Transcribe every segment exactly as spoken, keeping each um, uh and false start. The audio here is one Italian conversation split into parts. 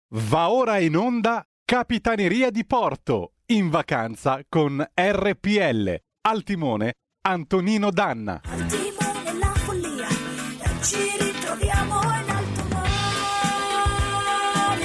Va ora in onda Capitaneria di Porto, in vacanza con R P L. Al timone Antonino Danna. Al timone la follia, ci ritroviamo in alto mare.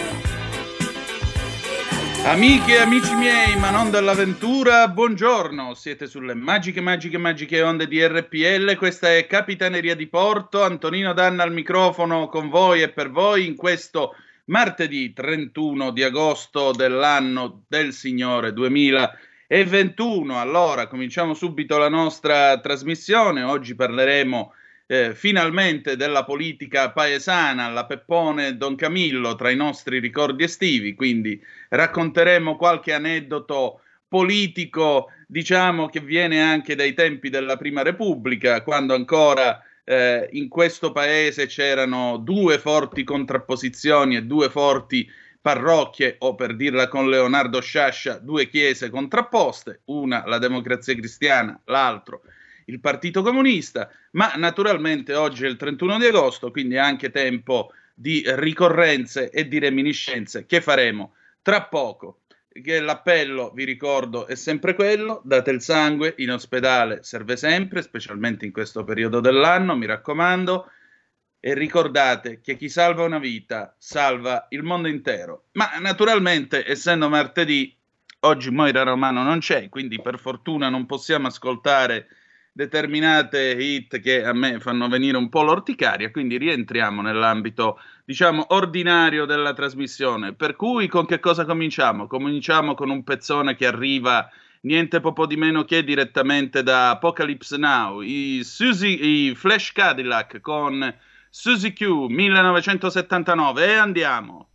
In alto Amiche e amici miei, ma non dell'avventura, buongiorno. Siete sulle magiche, magiche, magiche onde di R P L. Questa è Capitaneria di Porto. Antonino Danna al microfono con voi e per voi in questo martedì trentuno di agosto dell'anno del Signore duemilaventuno. Allora, cominciamo subito la nostra trasmissione. Oggi parleremo eh, finalmente della politica paesana, la Peppone Don Camillo tra i nostri ricordi estivi, quindi racconteremo qualche aneddoto politico, diciamo che viene anche dai tempi della Prima Repubblica, quando ancora Eh, in questo paese c'erano due forti contrapposizioni e due forti parrocchie, o per dirla con Leonardo Sciascia, due chiese contrapposte, una la Democrazia Cristiana, l'altro il Partito Comunista, ma naturalmente oggi è il trentuno di agosto, quindi è anche tempo di ricorrenze e di reminiscenze che faremo tra poco. Che l'appello, vi ricordo, è sempre quello: date il sangue, in ospedale serve sempre, specialmente in questo periodo dell'anno, mi raccomando, e ricordate che chi salva una vita salva il mondo intero. Ma naturalmente, essendo martedì, oggi Moira Romano non c'è, quindi per fortuna non possiamo ascoltare determinate hit che a me fanno venire un po' l'orticaria, quindi rientriamo nell'ambito, diciamo, ordinario della trasmissione. Per cui con che cosa cominciamo? Cominciamo con un pezzone che arriva niente poco di meno che direttamente da Apocalypse Now, i, Suzy, i Flash Cadillac con Suzy Q millenovecentosettantanove, e andiamo.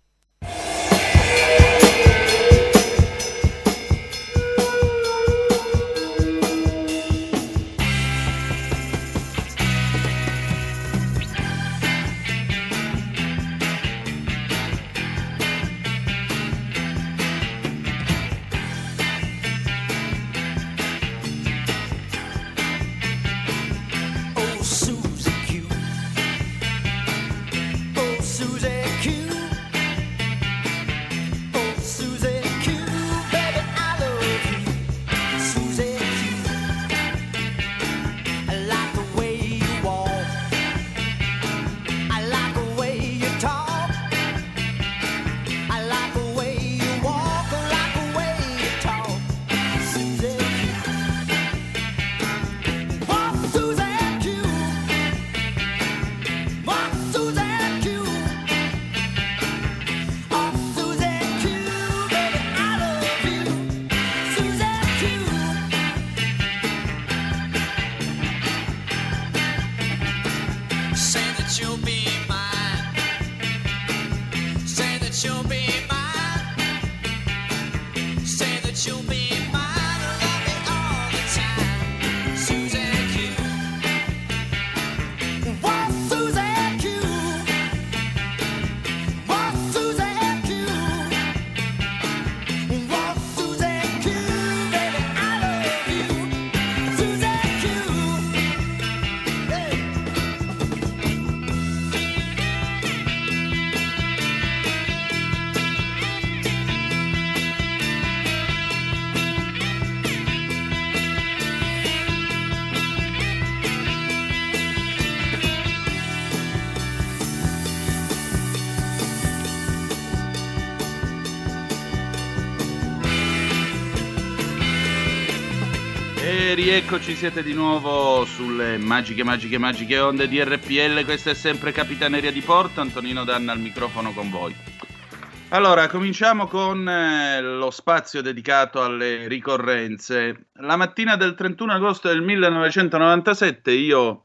Rieccoci, siete di nuovo sulle magiche, magiche, magiche onde di R P L. Questa è sempre Capitaneria di Porto. Antonino Danna al microfono con voi. Allora, cominciamo con eh, lo spazio dedicato alle ricorrenze. La mattina del trentuno agosto del millenovecentonovantasette io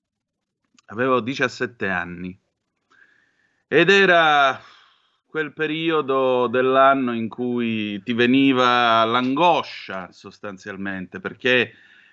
avevo diciassette anni ed era quel periodo dell'anno in cui ti veniva l'angoscia sostanzialmente, perché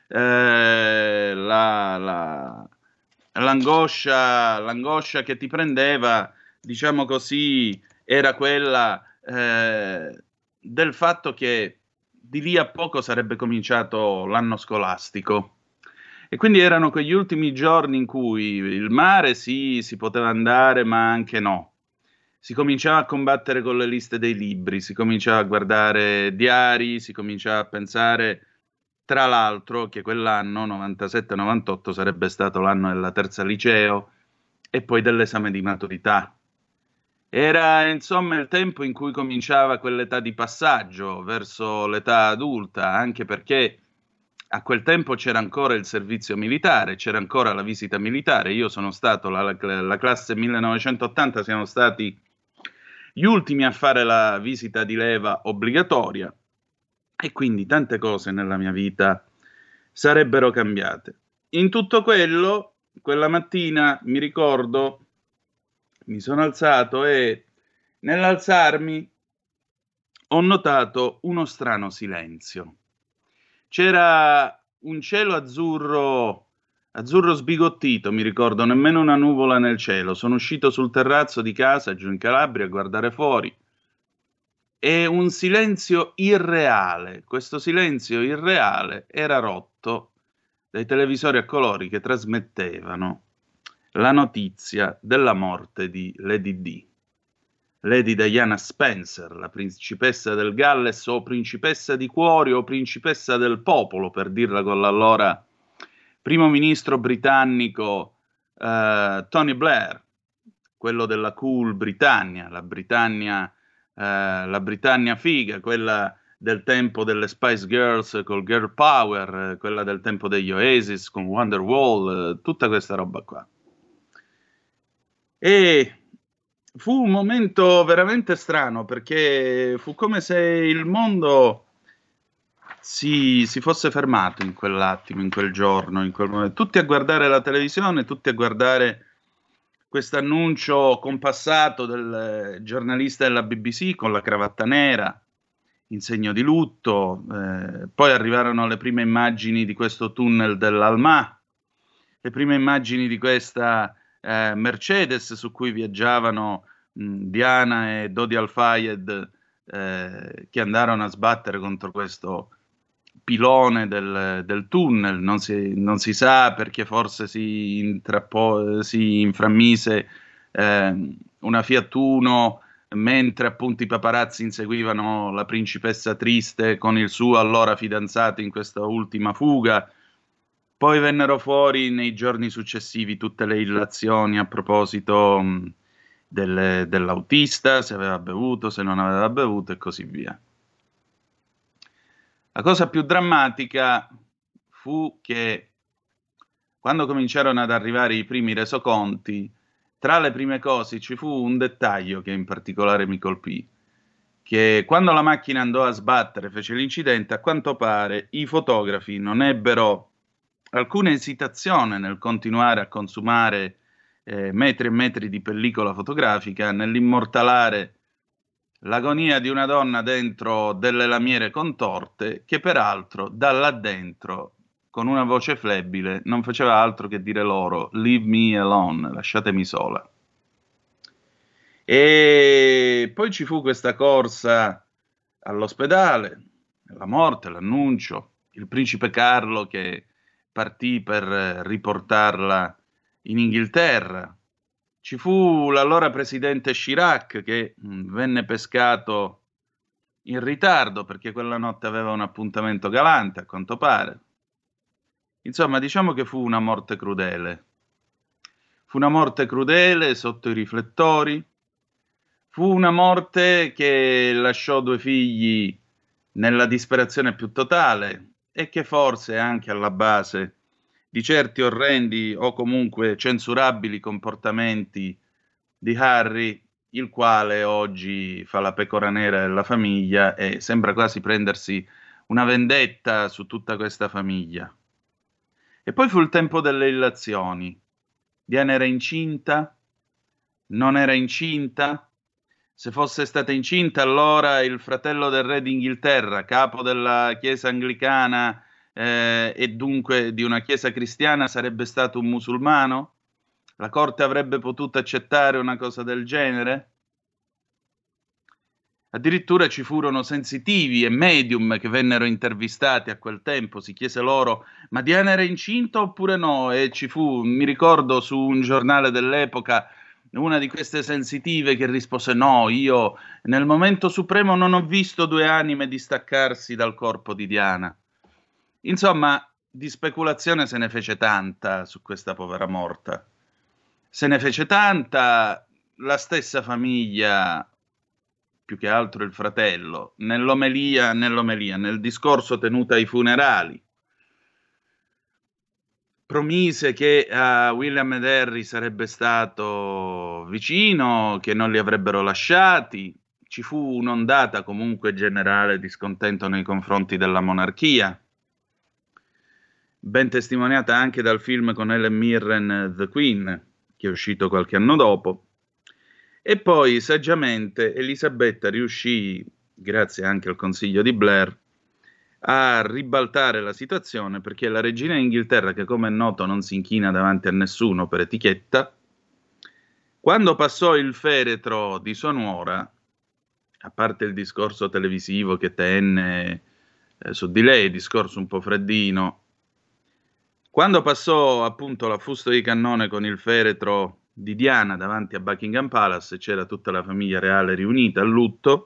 eh, la, la, l'angoscia, l'angoscia che ti prendeva, diciamo così, era quella eh, del fatto che di lì a poco sarebbe cominciato l'anno scolastico. E quindi erano quegli ultimi giorni in cui il mare sì, si poteva andare, ma anche no. si cominciava a combattere con le liste dei libri, si cominciava a guardare diari, si cominciava a pensare, tra l'altro, che quell'anno, novantasette novantotto, sarebbe stato l'anno della terza liceo e poi dell'esame di maturità. Era insomma il tempo in cui cominciava quell'età di passaggio verso l'età adulta, anche perché a quel tempo c'era ancora il servizio militare, c'era ancora la visita militare. Io sono stato, la, la, la classe millenovecentottanta, siamo stati gli ultimi a fare la visita di leva obbligatoria e quindi tante cose nella mia vita sarebbero cambiate. In tutto quello, quella mattina mi ricordo, mi sono alzato e nell'alzarmi ho notato uno strano silenzio. C'era un cielo azzurro, azzurro sbigottito, mi ricordo, nemmeno una nuvola nel cielo. Sono uscito sul terrazzo di casa giù in Calabria a guardare fuori. E un silenzio irreale. Questo silenzio irreale era rotto dai televisori a colori che trasmettevano la notizia della morte di Lady Di. Lady Diana Spencer, la principessa del Galles o principessa di cuori o principessa del popolo, per dirla con l'allora primo ministro britannico eh, Tony Blair, quello della cool Britannia, la Britannia, eh, la Britannia figa, quella del tempo delle Spice Girls col Girl Power, quella del tempo degli Oasis con Wonderwall, eh, tutta questa roba qua. E fu un momento veramente strano, perché fu come se il mondo si, si fosse fermato in quell'attimo, in quel giorno, in quel momento. Tutti a guardare la televisione, tutti a guardare questo annuncio compassato del giornalista della B B C con la cravatta nera, in segno di lutto. Eh, poi arrivarono le prime immagini di questo tunnel dell'Alma, le prime immagini di questa Eh, Mercedes su cui viaggiavano mh, Diana e Dodi Al-Fayed, eh, che andarono a sbattere contro questo pilone del, del tunnel. Non si, non si sa, perché forse si, intrappò, si inframmise eh, una Fiat Uno mentre appunto i paparazzi inseguivano la principessa triste con il suo allora fidanzato in questa ultima fuga. Poi vennero fuori nei giorni successivi tutte le illazioni a proposito mh, del, dell'autista, se aveva bevuto, se non aveva bevuto e così via. La cosa più drammatica fu che quando cominciarono ad arrivare i primi resoconti, tra le prime cose ci fu un dettaglio che in particolare mi colpì, che quando la macchina andò a sbattere, fece l'incidente, a quanto pare i fotografi non ebbero alcuna esitazione nel continuare a consumare eh, metri e metri di pellicola fotografica, nell'immortalare l'agonia di una donna dentro delle lamiere contorte, che peraltro da là dentro, con una voce flebile, non faceva altro che dire loro "leave me alone", lasciatemi sola. E poi ci fu questa corsa all'ospedale, la morte, l'annuncio, il principe Carlo che partì per riportarla in Inghilterra. Ci fu l'allora presidente Chirac che mh, venne pescato in ritardo perché quella notte aveva un appuntamento galante, a quanto pare. Insomma, diciamo che fu una morte crudele. Fu una morte crudele sotto i riflettori. Fu una morte che lasciò due figli nella disperazione più totale, e che forse anche alla base di certi orrendi o comunque censurabili comportamenti di Harry, il quale oggi fa la pecora nera della famiglia e sembra quasi prendersi una vendetta su tutta questa famiglia. E poi fu il tempo delle illazioni. Diana era incinta? Non era incinta? Se fosse stata incinta, allora il fratello del re d'Inghilterra, capo della chiesa anglicana eh, e dunque di una chiesa cristiana, sarebbe stato un musulmano? La corte avrebbe potuto accettare una cosa del genere? Addirittura ci furono sensitivi e medium che vennero intervistati a quel tempo. Si chiese loro: ma Diana era incinta oppure no? E ci fu, mi ricordo, su un giornale dell'epoca una di queste sensitive che rispose no, io nel momento supremo non ho visto due anime distaccarsi dal corpo di Diana. Insomma, di speculazione se ne fece tanta su questa povera morta. Se ne fece tanta, la stessa famiglia, più che altro il fratello, nell'omelia, nell'omelia, nel discorso tenuto ai funerali, promise che a William ed Harry sarebbe stato vicino, che non li avrebbero lasciati. Ci fu un'ondata comunque generale di scontento nei confronti della monarchia, ben testimoniata anche dal film con Helen Mirren, The Queen, che è uscito qualche anno dopo. E poi saggiamente Elisabetta riuscì, grazie anche al consiglio di Blair, a ribaltare la situazione, perché la regina d'Inghilterra, che come è noto non si inchina davanti a nessuno per etichetta, quando passò il feretro di sua nuora, a parte il discorso televisivo che tenne eh, su di lei, discorso un po' freddino, quando passò appunto l'affusto di cannone con il feretro di Diana davanti a Buckingham Palace, c'era tutta la famiglia reale riunita a lutto,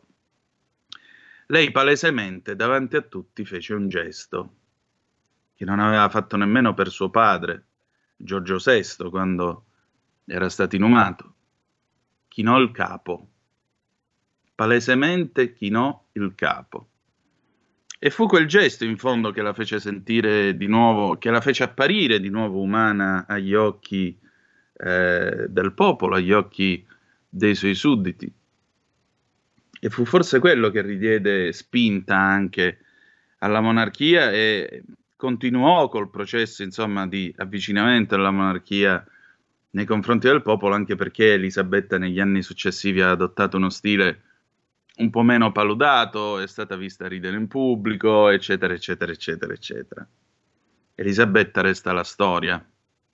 lei palesemente davanti a tutti fece un gesto che non aveva fatto nemmeno per suo padre, Giorgio sesto, quando era stato inumato. Chinò il capo, palesemente chinò il capo. E fu quel gesto in fondo che la fece sentire di nuovo, che la fece apparire di nuovo umana agli occhi eh, del popolo, agli occhi dei suoi sudditi. E fu forse quello che ridiede spinta anche alla monarchia e continuò col processo, insomma, di avvicinamento alla monarchia nei confronti del popolo, anche perché Elisabetta negli anni successivi ha adottato uno stile un po' meno paludato, è stata vista ridere in pubblico, eccetera, eccetera, eccetera, eccetera. Elisabetta resta la storia.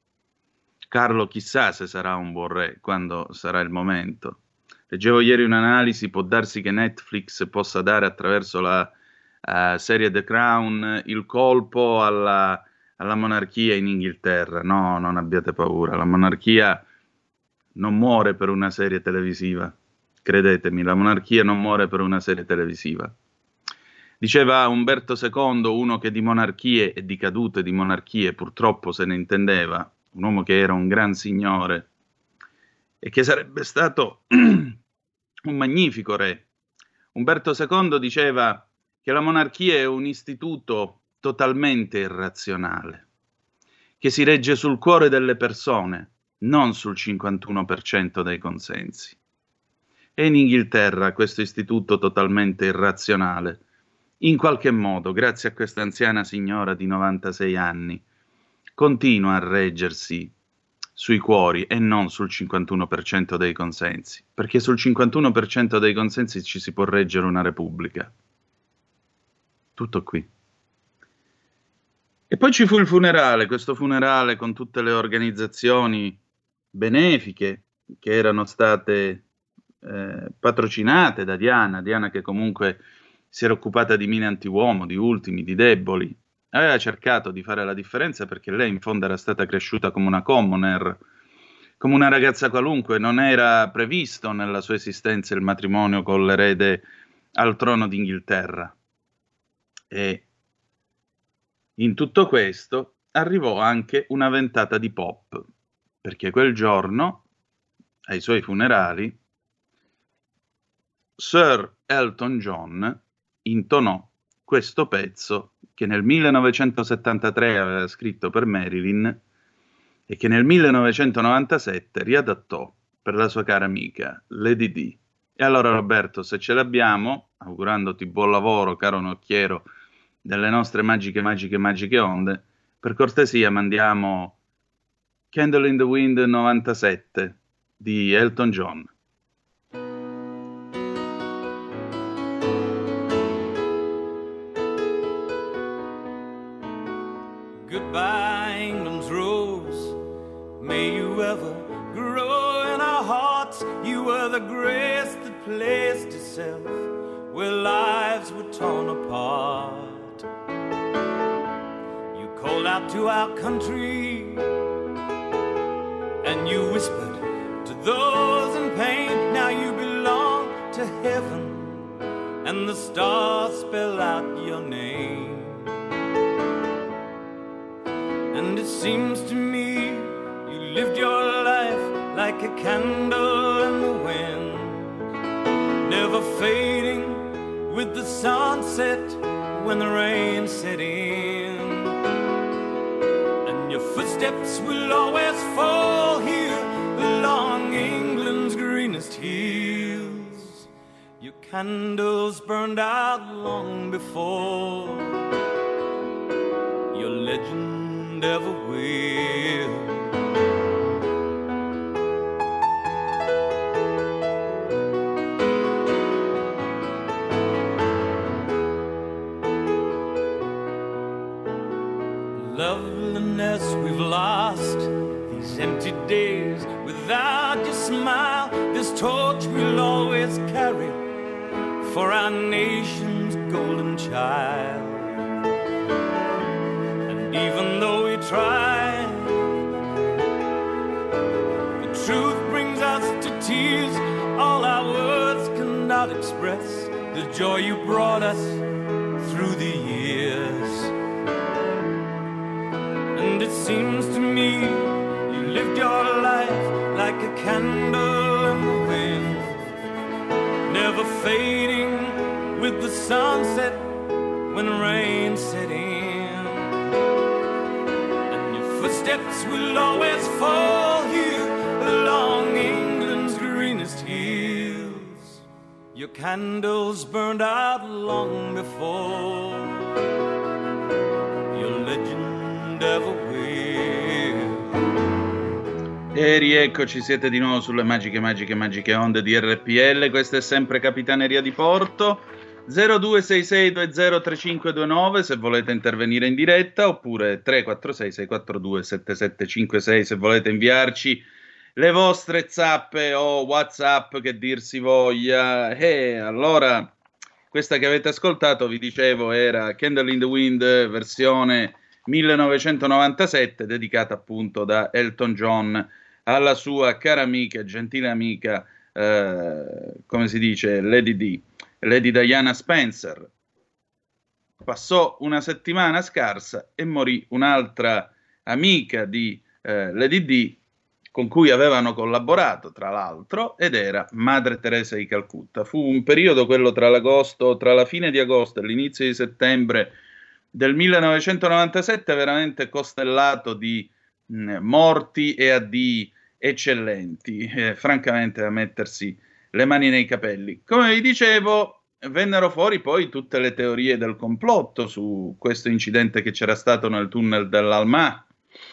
Carlo chissà se sarà un buon re, quando sarà il momento. Leggevo ieri un'analisi, può darsi che Netflix possa dare attraverso la uh, serie The Crown il colpo alla, alla monarchia in Inghilterra. No, non abbiate paura, la monarchia non muore per una serie televisiva. Credetemi, la monarchia non muore per una serie televisiva. Diceva Umberto secondo, uno che di monarchie e di cadute di monarchie purtroppo se ne intendeva, un uomo che era un gran signore e che sarebbe stato un magnifico re. Umberto secondo diceva che la monarchia è un istituto totalmente irrazionale, che si regge sul cuore delle persone, non sul cinquantuno per cento dei consensi. E in Inghilterra questo istituto totalmente irrazionale, in qualche modo, grazie a questa anziana signora di novantasei anni, continua a reggersi sui cuori e non sul cinquantuno per cento dei consensi, perché sul cinquantuno per cento dei consensi ci si può reggere una repubblica. Tutto qui. E poi ci fu il funerale, questo funerale con tutte le organizzazioni benefiche che erano state eh, patrocinate da Diana, Diana che comunque si era occupata di mine antiuomo, di ultimi, di deboli. Aveva cercato di fare la differenza perché lei in fondo era stata cresciuta come una commoner, come una ragazza qualunque, non era previsto nella sua esistenza il matrimonio con l'erede al trono d'Inghilterra. E in tutto questo arrivò anche una ventata di pop, perché quel giorno, ai suoi funerali, Sir Elton John intonò questo pezzo che nel millenovecentosettantatré aveva scritto per Marilyn e che nel millenovecentonovantasette riadattò per la sua cara amica Lady Di. E allora Roberto, se ce l'abbiamo, augurandoti buon lavoro, caro nocchiero delle nostre magiche, magiche, magiche onde, per cortesia mandiamo Candle in the Wind novantasette di Elton John. Goodbye, England's rose. May you ever grow in our hearts. You were the grace that placed itself where lives were torn apart. You called out to our country and you whispered to those in pain, now you belong to heaven, and the stars spell out your name. And it seems to me you lived your life like a candle in the wind, never fading with the sunset when the rain set in. And your footsteps will always fall here along England's greenest hills. Your candles burned out long before your legend ever will. Loveliness we've lost, these empty days without your smile, this torch we'll always carry for our nation's golden child. And even though we try, the truth brings us to tears. All our words cannot express the joy you brought us through the years. And it seems to me you lived your life like a candle in the wind, never fading with the sunset when rain set in. And your footsteps will always fall here along England's greenest hills. Your candles burned out long before your legend ever will. E rieccoci, siete di nuovo sulle magiche, magiche, magiche onde di R P L. Questa è sempre Capitaneria di Porto. zero due sei sei due zero tre cinque due nove se volete intervenire in diretta, oppure tre quattro sei sei quattro due sette sette cinque sei se volete inviarci le vostre zappe o WhatsApp, che dir si voglia. E allora, questa che avete ascoltato, vi dicevo, era Candle in the Wind versione millenovecentonovantasette, dedicata appunto da Elton John alla sua cara amica, gentile amica, eh, come si dice, Lady D, Lady Diana Spencer. Passò una settimana scarsa e morì un'altra amica di eh, Lady D, con cui avevano collaborato, tra l'altro, ed era Madre Teresa di Calcutta. Fu un periodo, quello tra l'agosto, tra la fine di agosto e l'inizio di settembre del millenovecentonovantasette, veramente costellato di mh, morti e addii eccellenti, eh, francamente da mettersi le mani nei capelli. Come vi dicevo, vennero fuori poi tutte le teorie del complotto su questo incidente che c'era stato nel tunnel dell'Alma.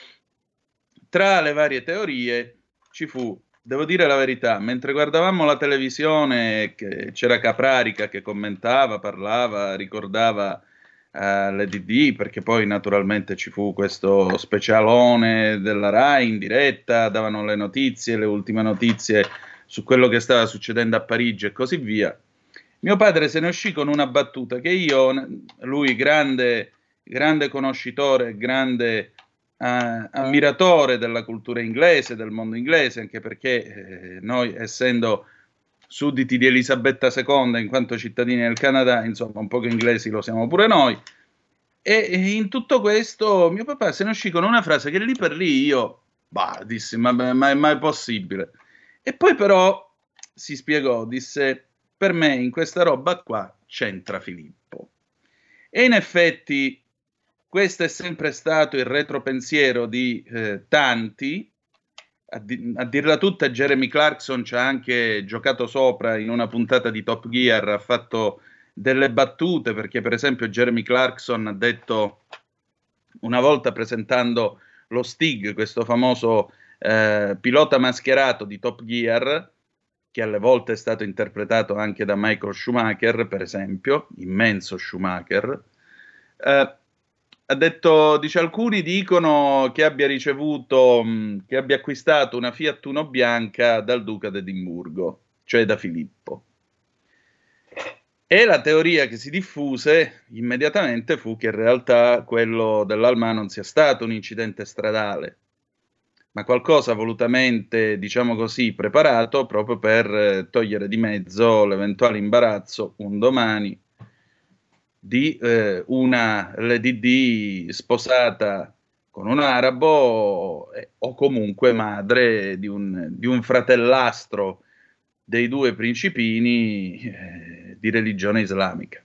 Tra le varie teorie ci fu, devo dire la verità, mentre guardavamo la televisione, che c'era Caprarica che commentava, parlava, ricordava Uh, Lady D, perché poi naturalmente ci fu questo specialone della Rai in diretta, davano le notizie, le ultime notizie su quello che stava succedendo a Parigi e così via. Mio padre se ne uscì con una battuta che io, lui grande, grande conoscitore, grande uh, ammiratore della cultura inglese, del mondo inglese, anche perché eh, noi, essendo sudditi di Elisabetta seconda in quanto cittadini del Canada, insomma un po' che inglesi lo siamo pure noi, e, e in tutto questo mio papà se ne uscì con una frase che lì per lì io, bah, dissi, ma, ma è mai possibile? E poi però si spiegò, disse, per me in questa roba qua c'entra Filippo. E in effetti questo è sempre stato il retropensiero di eh, tanti. A, di- a dirla tutta, Jeremy Clarkson ci ha anche giocato sopra in una puntata di Top Gear, ha fatto delle battute, perché per esempio Jeremy Clarkson ha detto una volta, presentando lo Stig, questo famoso eh, pilota mascherato di Top Gear, che alle volte è stato interpretato anche da Michael Schumacher, per esempio, immenso Schumacher, eh, ha detto, dice, alcuni dicono che abbia ricevuto, mh, che abbia acquistato una Fiat Uno bianca dal duca d'Edimburgo, cioè da Filippo. E la teoria che si diffuse immediatamente fu che in realtà quello dell'Alma non sia stato un incidente stradale, ma qualcosa volutamente, diciamo così, preparato proprio per eh, togliere di mezzo l'eventuale imbarazzo un domani di eh, una Lady Di sposata con un arabo eh, o comunque madre di un, di un fratellastro dei due principini eh, di religione islamica.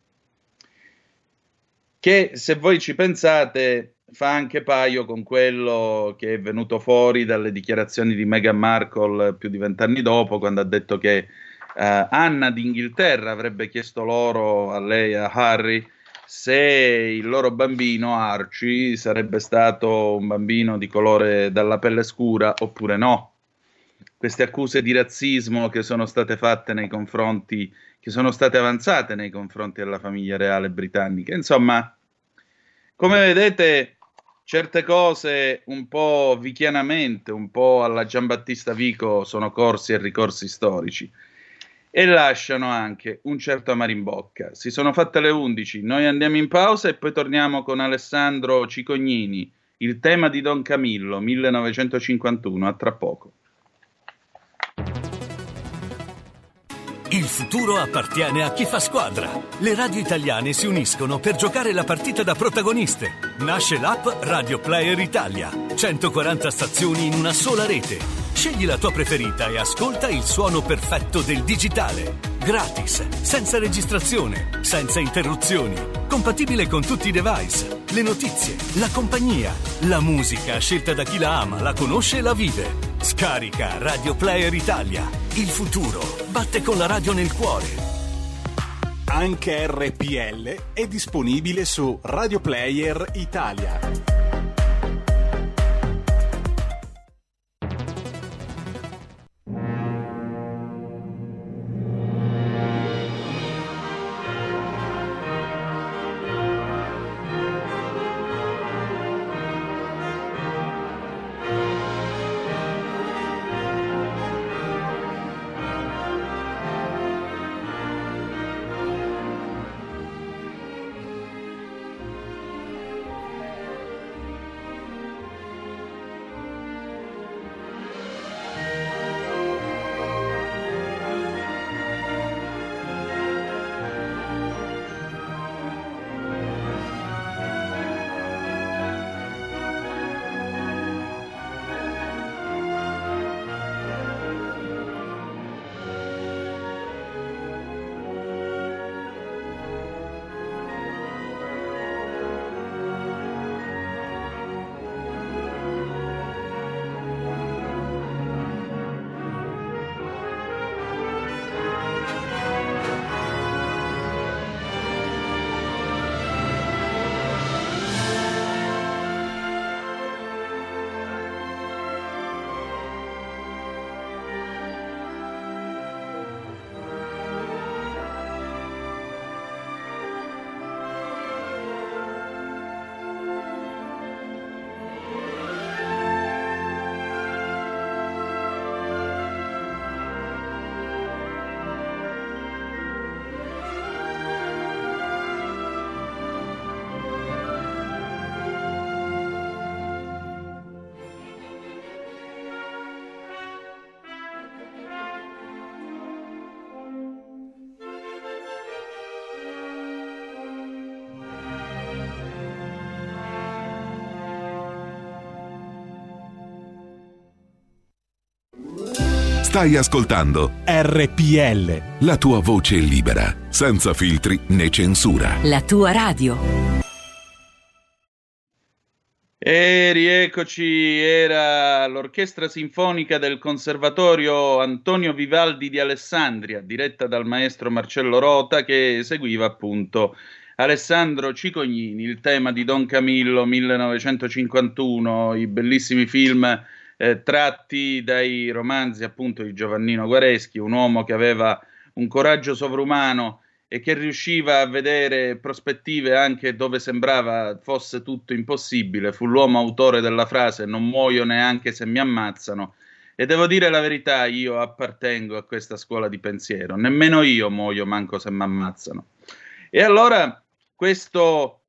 Che, se voi ci pensate, fa anche paio con quello che è venuto fuori dalle dichiarazioni di Meghan Markle più di vent'anni dopo, quando ha detto che uh, Anna d'Inghilterra avrebbe chiesto loro, a lei e a Harry, se il loro bambino Archie sarebbe stato un bambino di colore dalla pelle scura oppure no. Queste accuse di razzismo che sono state fatte nei confronti, che sono state avanzate nei confronti della famiglia reale britannica. Insomma, come vedete, certe cose un po' vichianamente, un po' alla Giambattista Vico sono corsi e ricorsi storici e lasciano anche un certo amaro in bocca. Si sono fatte le undici, noi andiamo in pausa e poi torniamo con Alessandro Cicognini, il tema di Don Camillo, millenovecentocinquantuno, a tra poco. Il futuro appartiene a chi fa squadra. Le radio italiane si uniscono per giocare la partita da protagoniste. Nasce l'app Radio Player Italia. centoquaranta stazioni in una sola rete. Scegli la tua preferita e ascolta il suono perfetto del digitale. Gratis, senza registrazione, senza interruzioni. Compatibile con tutti i device. Le notizie, la compagnia, la musica scelta da chi la ama, la conosce e la vive. Scarica Radio Player Italia. Il futuro batte con la radio nel cuore. Anche R P L è disponibile su Radio Player Italia. Stai ascoltando R P L, la tua voce libera, senza filtri né censura. La tua radio. E rieccoci, era l'Orchestra Sinfonica del Conservatorio Antonio Vivaldi di Alessandria, diretta dal maestro Marcello Rota, che eseguiva appunto Alessandro Cicognini, il tema di Don Camillo, millenovecentocinquantuno, i bellissimi film Eh, tratti dai romanzi appunto di Giovannino Guareschi, un uomo che aveva un coraggio sovrumano e che riusciva a vedere prospettive anche dove sembrava fosse tutto impossibile. Fu l'uomo autore della frase "non muoio neanche se mi ammazzano", e devo dire la verità, io appartengo a questa scuola di pensiero, nemmeno io muoio manco se mi ammazzano. E allora questo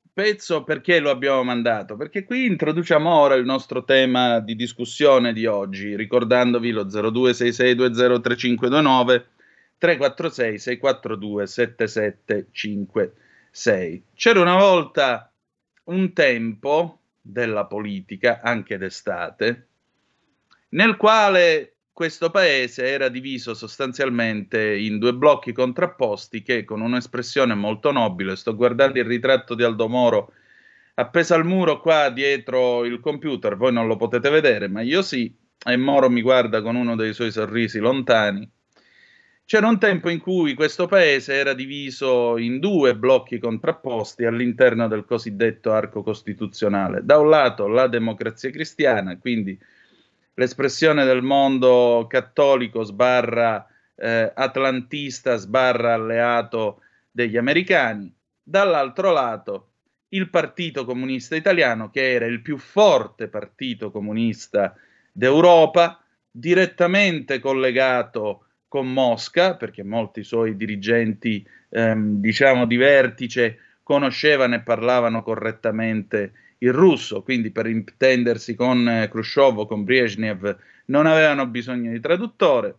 pezzo perché lo abbiamo mandato? Perché qui introduciamo ora il nostro tema di discussione di oggi, ricordandovi lo zero due sei sei due zero tre cinque due nove tre quattro sei sei quattro due sette sette cinque sei. C'era una volta un tempo della politica, anche d'estate, nel quale questo paese era diviso sostanzialmente in due blocchi contrapposti che, con un'espressione molto nobile, sto guardando il ritratto di Aldo Moro appeso al muro qua dietro il computer, voi non lo potete vedere, ma io sì, e Moro mi guarda con uno dei suoi sorrisi lontani. C'era un tempo in cui questo paese era diviso in due blocchi contrapposti all'interno del cosiddetto arco costituzionale. Da un lato la Democrazia Cristiana, quindi l'espressione del mondo cattolico sbarra eh, atlantista sbarra alleato degli americani, dall'altro lato il Partito Comunista Italiano, che era il più forte partito comunista d'Europa, direttamente collegato con Mosca, perché molti suoi dirigenti, ehm, diciamo di vertice, conoscevano e parlavano correttamente il russo, quindi per intendersi con eh, Khrushchev o con Brezhnev non avevano bisogno di traduttore.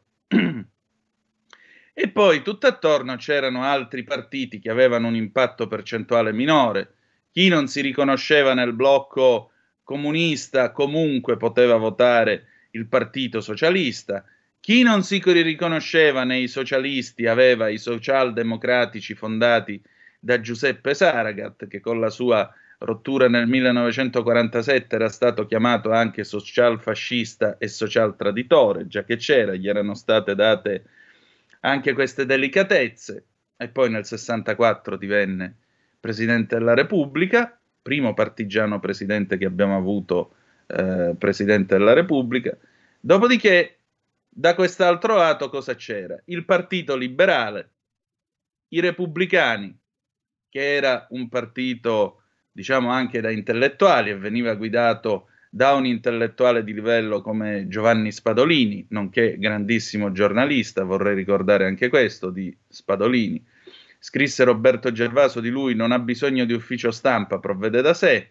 E poi tutt'attorno c'erano altri partiti che avevano un impatto percentuale minore. Chi non si riconosceva nel blocco comunista comunque poteva votare il Partito Socialista. Chi non si riconosceva nei socialisti aveva i socialdemocratici fondati da Giuseppe Saragat, che con la sua rottura nel millenovecentoquarantasette era stato chiamato anche socialfascista e socialtraditore, già che c'era, gli erano state date anche queste delicatezze, e poi nel sessantaquattro divenne Presidente della Repubblica, primo partigiano presidente che abbiamo avuto eh, Presidente della Repubblica. Dopodiché, da quest'altro lato cosa c'era? Il Partito Liberale, i Repubblicani, che era un partito, diciamo, anche da intellettuali e veniva guidato da un intellettuale di livello come Giovanni Spadolini, nonché grandissimo giornalista, vorrei ricordare anche questo di Spadolini. Scrisse Roberto Gervaso di lui: non ha bisogno di ufficio stampa, provvede da sé.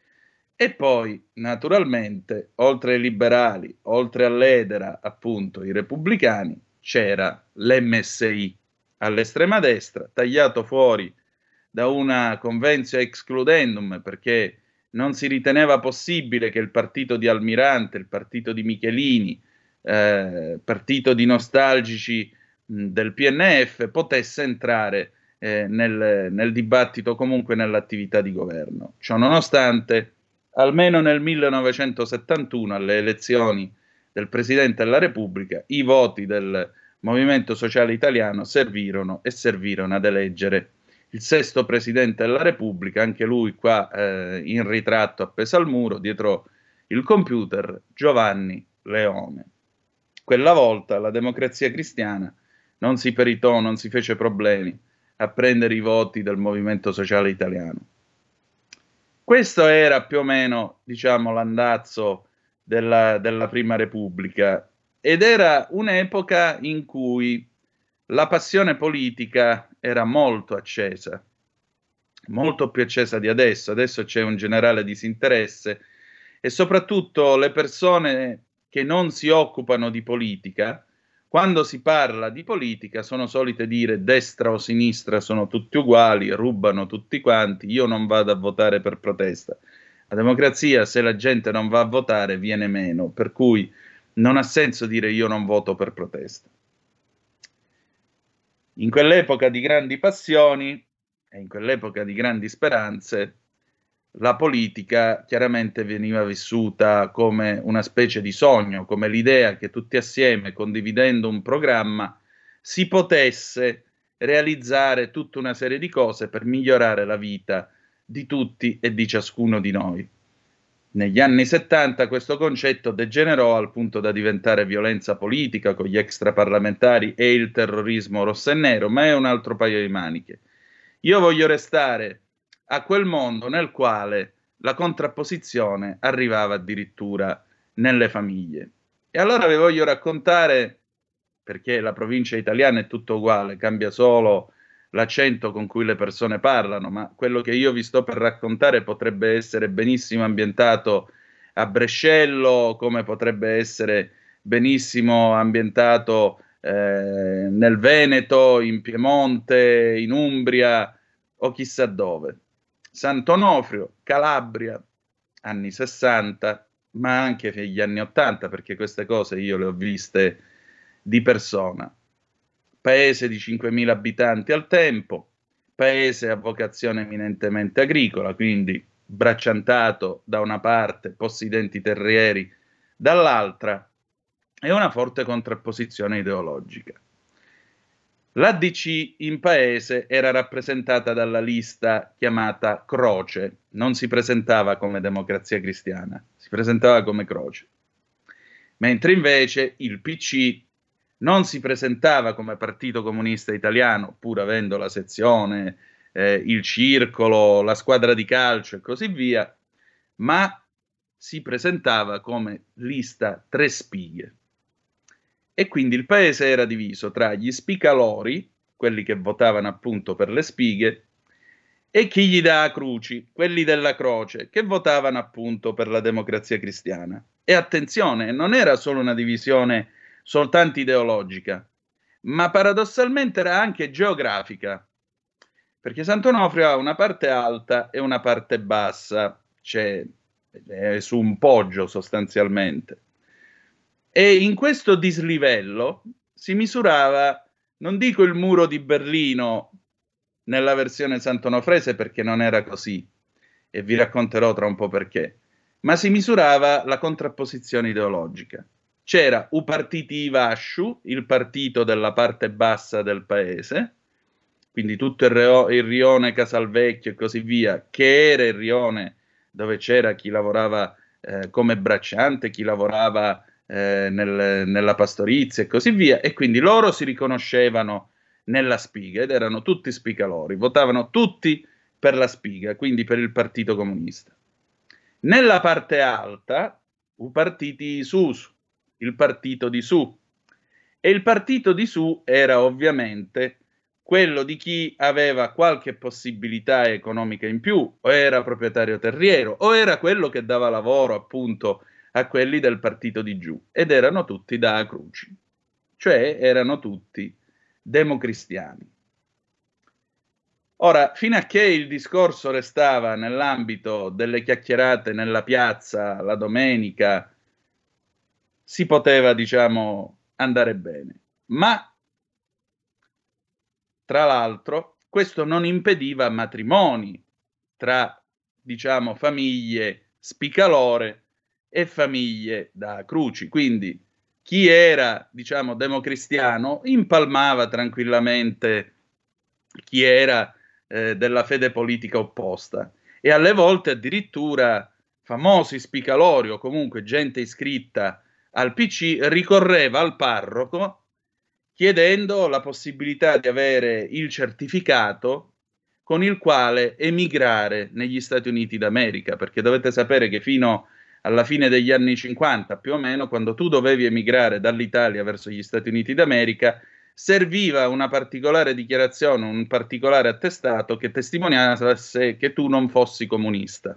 E poi, naturalmente, oltre ai liberali, oltre all'Edera, appunto, i repubblicani, c'era l'M S I all'estrema destra, tagliato fuori da una convenzio excludendum, perché non si riteneva possibile che il partito di Almirante, il partito di Michelini, eh, partito di nostalgici mh, del P N F, potesse entrare eh, nel, nel dibattito, comunque nell'attività di governo. Ciò nonostante, almeno nel millenovecentosettantuno, alle elezioni del Presidente della Repubblica, i voti del Movimento Sociale Italiano servirono e servirono ad eleggere il sesto Presidente della Repubblica, anche lui qua eh, in ritratto appeso al muro, dietro il computer, Giovanni Leone. Quella volta la Democrazia Cristiana non si peritò, non si fece problemi a prendere i voti del Movimento Sociale Italiano. Questo era più o meno, diciamo, l'andazzo della, della Prima Repubblica, ed era un'epoca in cui la passione politica era molto accesa, molto più accesa di adesso. Adesso c'è un generale disinteresse e soprattutto le persone che non si occupano di politica, quando si parla di politica, sono solite dire destra o sinistra sono tutti uguali, rubano tutti quanti, io non vado a votare per protesta. La democrazia, se la gente non va a votare, viene meno, per cui non ha senso dire io non voto per protesta. In quell'epoca di grandi passioni e in quell'epoca di grandi speranze, la politica chiaramente veniva vissuta come una specie di sogno, come l'idea che tutti assieme, condividendo un programma, si potesse realizzare tutta una serie di cose per migliorare la vita di tutti e di ciascuno di noi. Negli anni settanta questo concetto degenerò al punto da diventare violenza politica con gli extraparlamentari e il terrorismo rosso e nero, ma è un altro paio di maniche. Io voglio restare a quel mondo nel quale la contrapposizione arrivava addirittura nelle famiglie. E allora vi voglio raccontare, perché la provincia italiana è tutto uguale, cambia solo l'accento con cui le persone parlano, ma quello che io vi sto per raccontare potrebbe essere benissimo ambientato a Brescello, come potrebbe essere benissimo ambientato eh, nel Veneto, in Piemonte, in Umbria o chissà dove. Sant'Onofrio, Calabria, anni sessanta, ma anche negli anni ottanta, perché queste cose io le ho viste di persona. Paese di cinquemila abitanti al tempo, paese a vocazione eminentemente agricola, quindi bracciantato da una parte, possidenti terrieri dall'altra, e una forte contrapposizione ideologica. L'A D C in paese era rappresentata dalla lista chiamata Croce, non si presentava come Democrazia Cristiana, si presentava come Croce, mentre invece il P C non si presentava come Partito Comunista Italiano, pur avendo la sezione, eh, il circolo, la squadra di calcio e così via, ma si presentava come lista Tre Spighe. E quindi il paese era diviso tra gli spicalori, quelli che votavano appunto per le spighe, e chi gli dà cruci, quelli della croce, che votavano appunto per la Democrazia Cristiana. E attenzione, non era solo una divisione soltanto ideologica, ma paradossalmente era anche geografica, perché Sant'Onofrio ha una parte alta e una parte bassa, cioè è su un poggio sostanzialmente. E in questo dislivello si misurava, non dico il muro di Berlino nella versione santonofrese perché non era così, e vi racconterò tra un po' perché, ma si misurava la contrapposizione ideologica. C'era u partiti Vasciu, il partito della parte bassa del paese, quindi tutto il, reo, il rione Casalvecchio e così via, che era il rione dove c'era chi lavorava eh, come bracciante, chi lavorava eh, nel, nella pastorizia e così via, e quindi loro si riconoscevano nella spiga ed erano tutti spicalori, votavano tutti per la spiga, quindi per il Partito Comunista. Nella parte alta, u partiti Susu, il partito di su, e il partito di su era ovviamente quello di chi aveva qualche possibilità economica in più, o era proprietario terriero, o era quello che dava lavoro appunto a quelli del partito di giù, ed erano tutti da Cruci, cioè erano tutti democristiani. Ora, fino a che il discorso restava nell'ambito delle chiacchierate nella piazza la domenica, si poteva, diciamo, andare bene. Ma, tra l'altro, questo non impediva matrimoni tra, diciamo, famiglie spicalore e famiglie da Cruci. Quindi chi era, diciamo, democristiano impalmava tranquillamente chi era eh, della fede politica opposta, e alle volte addirittura famosi spicalori o comunque gente iscritta al P C ricorreva al parroco chiedendo la possibilità di avere il certificato con il quale emigrare negli Stati Uniti d'America, perché dovete sapere che fino alla fine degli anni cinquanta, più o meno, quando tu dovevi emigrare dall'Italia verso gli Stati Uniti d'America, serviva una particolare dichiarazione, un particolare attestato che testimoniasse che tu non fossi comunista.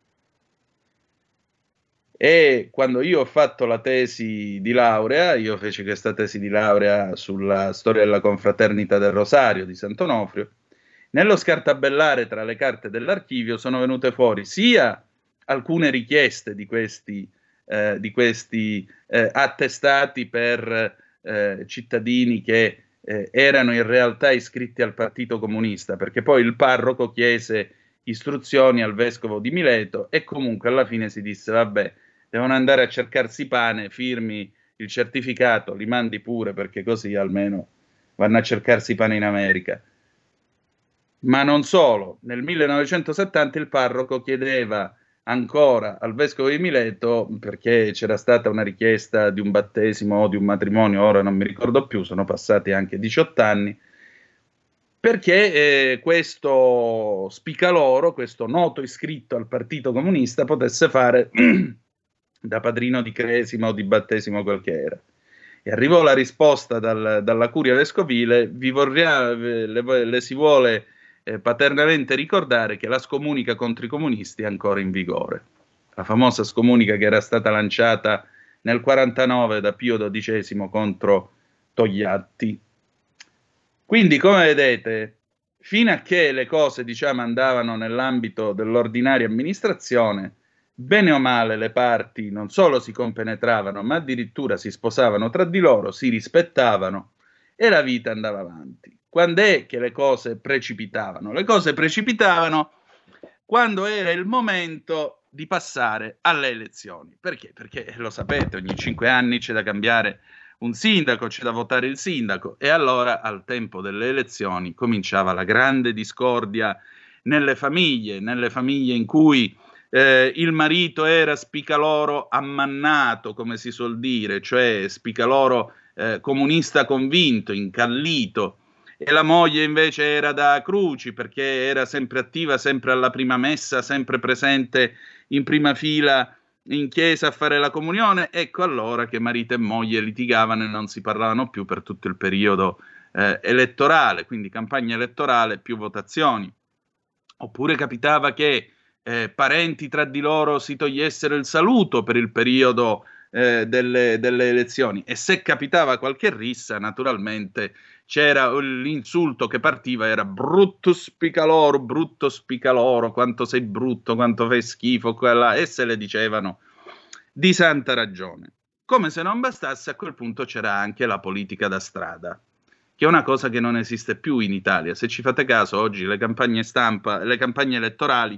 E quando io ho fatto la tesi di laurea, io feci questa tesi di laurea sulla storia della confraternita del Rosario di Sant'Onofrio, nello scartabellare tra le carte dell'archivio sono venute fuori sia alcune richieste di questi, eh, di questi eh, attestati per eh, cittadini che eh, erano in realtà iscritti al Partito Comunista, perché poi il parroco chiese istruzioni al vescovo di Mileto e comunque alla fine si disse vabbè, devono andare a cercarsi pane, firmi il certificato, li mandi pure perché così almeno vanno a cercarsi pane in America. Ma non solo, nel millenovecentosettanta il parroco chiedeva ancora al vescovo di Mileto, perché c'era stata una richiesta di un battesimo o di un matrimonio, ora non mi ricordo più, sono passati anche diciotto anni, perché eh, questo spicaloro, questo noto iscritto al Partito Comunista potesse fare da padrino di cresima o di battesimo quel che era. E arrivò la risposta dal, dalla curia vescovile: vi vorrà, le, le si vuole eh, paternamente ricordare che la scomunica contro i comunisti è ancora in vigore. La famosa scomunica che era stata lanciata nel quarantanove da Pio dodicesimo contro Togliatti. Quindi, come vedete, fino a che le cose, diciamo, andavano nell'ambito dell'ordinaria amministrazione, bene o male le parti non solo si compenetravano, ma addirittura si sposavano tra di loro, si rispettavano e la vita andava avanti. Quando è che le cose precipitavano? Le cose precipitavano quando era il momento di passare alle elezioni. Perché? Perché, lo sapete, ogni cinque anni c'è da cambiare un sindaco, c'è da votare il sindaco, e allora al tempo delle elezioni cominciava la grande discordia nelle famiglie, nelle famiglie in cui eh, il marito era spicaloro ammannato, come si suol dire, cioè spicaloro eh, comunista convinto, incallito, e la moglie invece era da Cruci perché era sempre attiva, sempre alla prima messa, sempre presente in prima fila in chiesa a fare la comunione. Ecco allora che marito e moglie litigavano e non si parlavano più per tutto il periodo eh, elettorale, quindi campagna elettorale più votazioni. Oppure capitava che eh, parenti tra di loro si togliessero il saluto per il periodo eh, delle, delle elezioni, e se capitava qualche rissa, naturalmente c'era l'insulto che partiva, era brutto spicaloro, brutto spicaloro, quanto sei brutto, quanto fai schifo, quella, e se le dicevano di santa ragione. Come se non bastasse, a quel punto c'era anche la politica da strada, che è una cosa che non esiste più in Italia. Se ci fate caso, oggi le campagne stampa, le campagne elettorali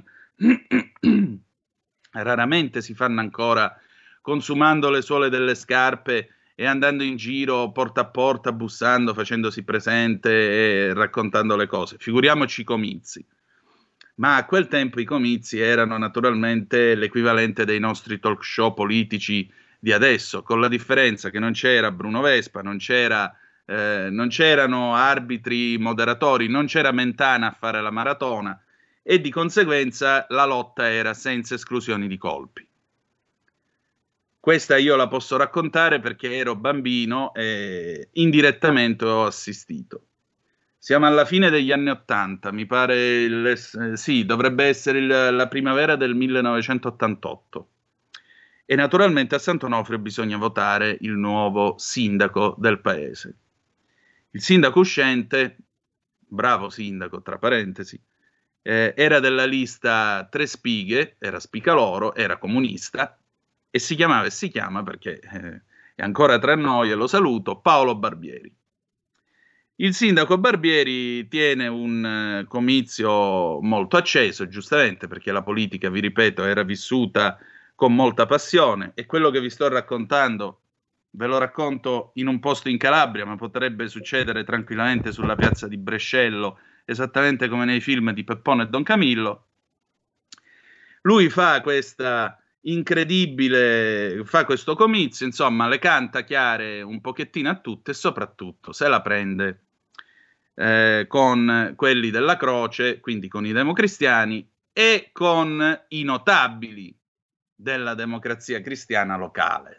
raramente si fanno ancora consumando le suole delle scarpe e andando in giro porta a porta, bussando, facendosi presente e raccontando le cose. Figuriamoci i comizi. Ma a quel tempo i comizi erano naturalmente l'equivalente dei nostri talk show politici di adesso, con la differenza che non c'era Bruno Vespa, non c'era, eh, non c'erano arbitri moderatori, non c'era Mentana a fare la maratona, e di conseguenza la lotta era senza esclusioni di colpi. Questa io la posso raccontare perché ero bambino e indirettamente ho assistito. Siamo alla fine degli anni Ottanta, mi pare, il, eh, sì, dovrebbe essere il, la primavera del millenovecentottantotto. E naturalmente a Sant'Onofrio bisogna votare il nuovo sindaco del paese. Il sindaco uscente, bravo sindaco, tra parentesi, eh, era della lista Tre Spighe, era spicaloro, era comunista, e si chiamava e si chiama, perché eh, è ancora tra noi e lo saluto, Paolo Barbieri. Il sindaco Barbieri tiene un eh, comizio molto acceso, giustamente, perché la politica, vi ripeto, era vissuta con molta passione, e quello che vi sto raccontando ve lo racconto in un posto in Calabria, ma potrebbe succedere tranquillamente sulla piazza di Brescello, esattamente come nei film di Peppone e Don Camillo. Lui fa questa incredibile, fa questo comizio, insomma, le canta chiare un pochettino a tutte, e soprattutto se la prende eh, con quelli della Croce, quindi con i democristiani, e con i notabili della democrazia cristiana locale.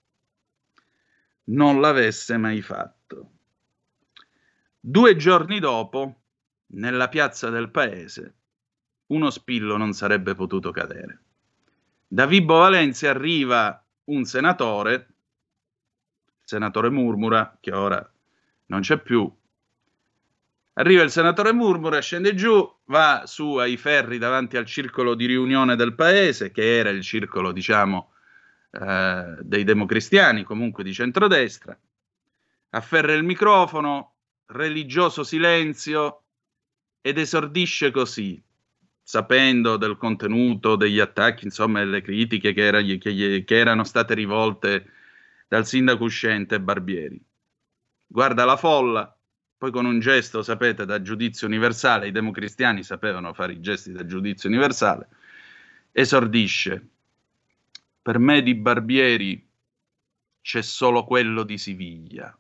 Non l'avesse mai fatto. Due giorni dopo, nella piazza del paese, uno spillo non sarebbe potuto cadere. Da Vibo Valentia arriva un senatore, il senatore Murmura, che ora non c'è più. Arriva il senatore Murmura, scende giù, va su ai ferri davanti al circolo di riunione del paese, che era il circolo, diciamo, eh, dei democristiani, comunque di centrodestra, afferra il microfono, religioso silenzio, ed esordisce così, sapendo del contenuto degli attacchi, insomma, e le critiche che, era, che, gli, che erano state rivolte dal sindaco uscente Barbieri. Guarda la folla, poi con un gesto, sapete, da giudizio universale, i democristiani sapevano fare i gesti da giudizio universale, esordisce: per me di Barbieri c'è solo quello di Siviglia.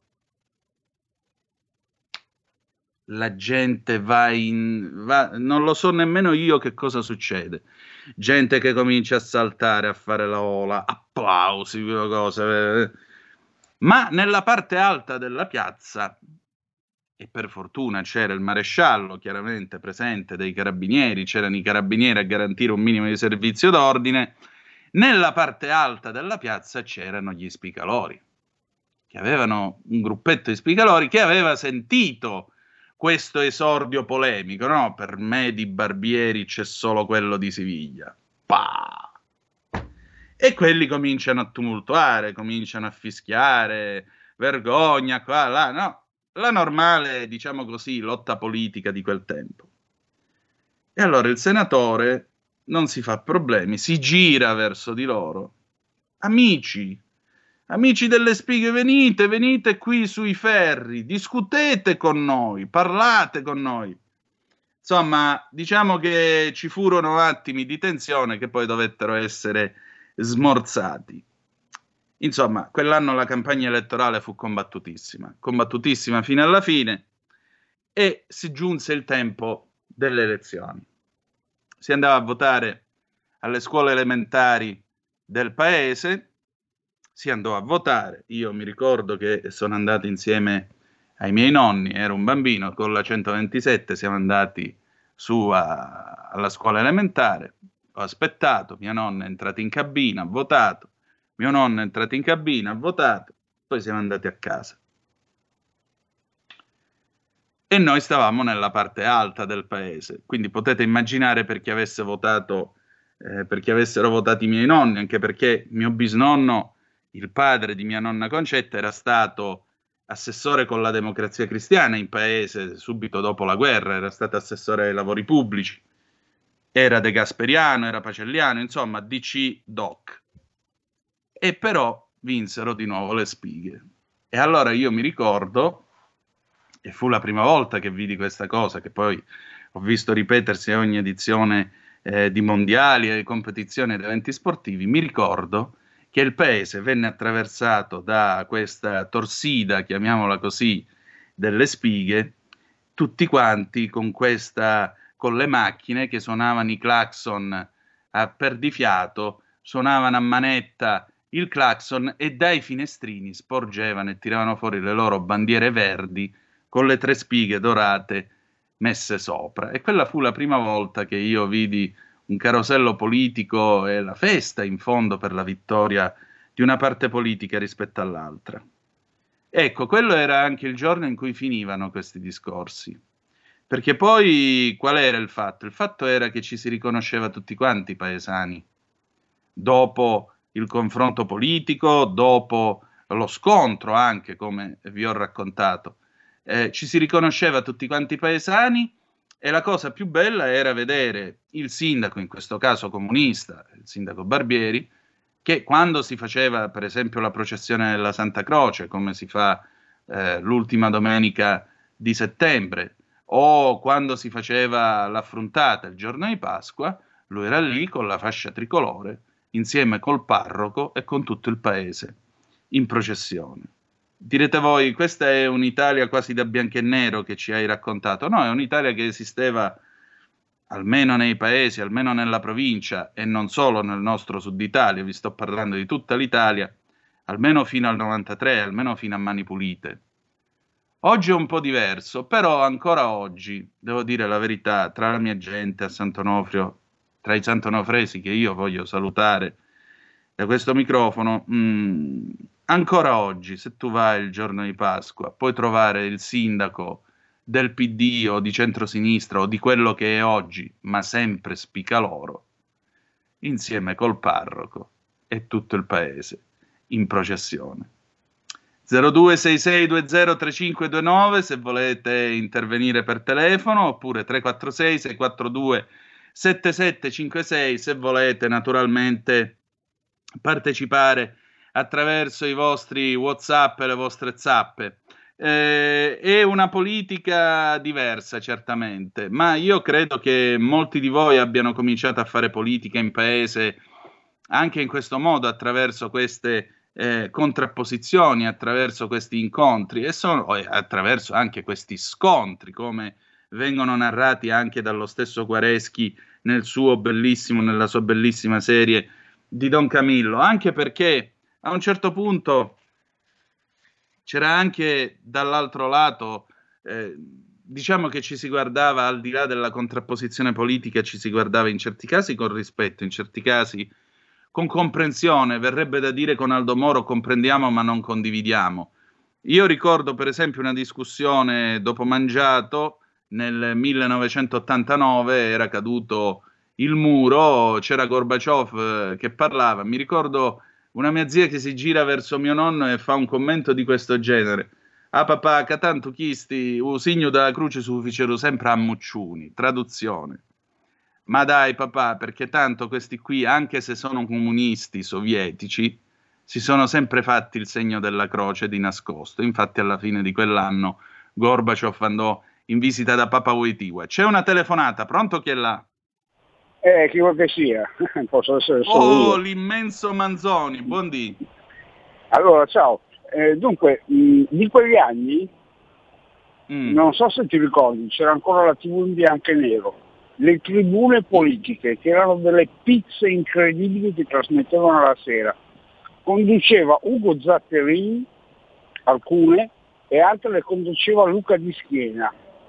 La gente va in... Va, non lo so nemmeno io che cosa succede. Gente che comincia a saltare, a fare la ola, applausi, cose. Ma nella parte alta della piazza, e per fortuna c'era il maresciallo chiaramente presente dei carabinieri, c'erano i carabinieri a garantire un minimo di servizio d'ordine, nella parte alta della piazza c'erano gli spicalori, che avevano un gruppetto di spicalori che aveva sentito questo esordio polemico, no? Per me di Barbieri c'è solo quello di Siviglia. Pah! E quelli cominciano a tumultuare, cominciano a fischiare, vergogna, qua, là, no? La normale, diciamo così, lotta politica di quel tempo. E allora il senatore non si fa problemi, si gira verso di loro. Amici, amici delle spighe, venite, venite qui sui ferri, discutete con noi, parlate con noi. Insomma, diciamo che ci furono attimi di tensione che poi dovettero essere smorzati. Insomma, quell'anno la campagna elettorale fu combattutissima, combattutissima fino alla fine, e si giunse il tempo delle elezioni. Si andava a votare alle scuole elementari del paese, si andò a votare. Io mi ricordo che sono andato insieme ai miei nonni, ero un bambino, con la centoventisette siamo andati su a, alla scuola elementare, ho aspettato, mia nonna è entrata in cabina, ha votato, mio nonno è entrato in cabina, ha votato, poi siamo andati a casa. E noi stavamo nella parte alta del paese, quindi potete immaginare per chi avesse votato, eh, per chi avessero votato i miei nonni, anche perché mio bisnonno, il padre di mia nonna Concetta, era stato assessore con la Democrazia Cristiana in paese subito dopo la guerra, era stato assessore ai lavori pubblici, era De Gasperiano, era Pacelliano, insomma D C doc. E però vinsero di nuovo le spighe. E allora io mi ricordo, e fu la prima volta che vidi questa cosa, che poi ho visto ripetersi a ogni edizione eh, di mondiali e competizioni ed eventi sportivi, mi ricordo che il paese venne attraversato da questa torsida, chiamiamola così, delle spighe, tutti quanti con questa, con le macchine che suonavano i clacson a perdifiato, suonavano a manetta il clacson e dai finestrini sporgevano e tiravano fuori le loro bandiere verdi con le tre spighe dorate messe sopra. E quella fu la prima volta che io vidi un carosello politico e la festa in fondo per la vittoria di una parte politica rispetto all'altra. Ecco, quello era anche il giorno in cui finivano questi discorsi. Perché poi qual era il fatto? Il fatto era che ci si riconosceva tutti quanti paesani. Dopo il confronto politico, dopo lo scontro anche, come vi ho raccontato, eh, ci si riconosceva tutti quanti paesani, e la cosa più bella era vedere il sindaco, in questo caso comunista, il sindaco Barbieri, che quando si faceva per esempio la processione della Santa Croce, come si fa eh, l'ultima domenica di settembre, o quando si faceva l'affrontata il giorno di Pasqua, lui era lì con la fascia tricolore, insieme col parroco e con tutto il paese, in processione. Direte voi, questa è un'Italia quasi da bianco e nero che ci hai raccontato. No, è un'Italia che esisteva almeno nei paesi, almeno nella provincia, e non solo nel nostro sud Italia, vi sto parlando di tutta l'Italia, almeno fino al novantatré, almeno fino a Mani Pulite. Oggi è un po' diverso, però ancora oggi, devo dire la verità, tra la mia gente a Sant'Onofrio, tra i santonofresi che io voglio salutare da questo microfono, mh, ancora oggi, se tu vai il giorno di Pasqua, puoi trovare il sindaco del P D o di centrosinistra o di quello che è oggi, ma sempre spicaloro, insieme col parroco e tutto il paese in processione. zero due sei sei due zero tre cinque due nove se volete intervenire per telefono, oppure tre quattro sei sei quattro due sette sette cinque sei se volete naturalmente partecipare attraverso i vostri WhatsApp e le vostre zappe. Eh, è una politica diversa certamente, ma io credo che molti di voi abbiano cominciato a fare politica in paese anche in questo modo, attraverso queste eh, contrapposizioni, attraverso questi incontri e sono, attraverso anche questi scontri, come vengono narrati anche dallo stesso Guareschi nel suo bellissimo, nella sua bellissima serie di Don Camillo, anche perché a un certo punto c'era anche dall'altro lato, eh, diciamo che ci si guardava al di là della contrapposizione politica, ci si guardava in certi casi con rispetto, in certi casi con comprensione, verrebbe da dire con Aldo Moro, comprendiamo ma non condividiamo. Io ricordo per esempio una discussione dopo mangiato nel millenovecentottantanove, era caduto il muro, c'era Gorbaciov che parlava, mi ricordo una mia zia che si gira verso mio nonno e fa un commento di questo genere: ah papà, che tanto chisti, un segno della croce su ficero sempre a Mucciuni, traduzione. Ma dai papà, perché tanto questi qui, anche se sono comunisti sovietici, si sono sempre fatti il segno della croce di nascosto. Infatti alla fine di quell'anno Gorbaciov andò in visita da Papa Wojtyła. C'è una telefonata, pronto, chi è là? Eh, chi vuol che sia, posso essere solo Oh, io. l'immenso Manzoni, buondì. Allora, ciao. Eh, dunque, mh, di quegli anni, Mm. non so se ti ricordi, c'era ancora la tivù in bianco e nero, le tribune politiche, che erano delle pizze incredibili che trasmettevano la sera. Conduceva Ugo Zatterini, alcune, e altre le conduceva Luca Di Schiena,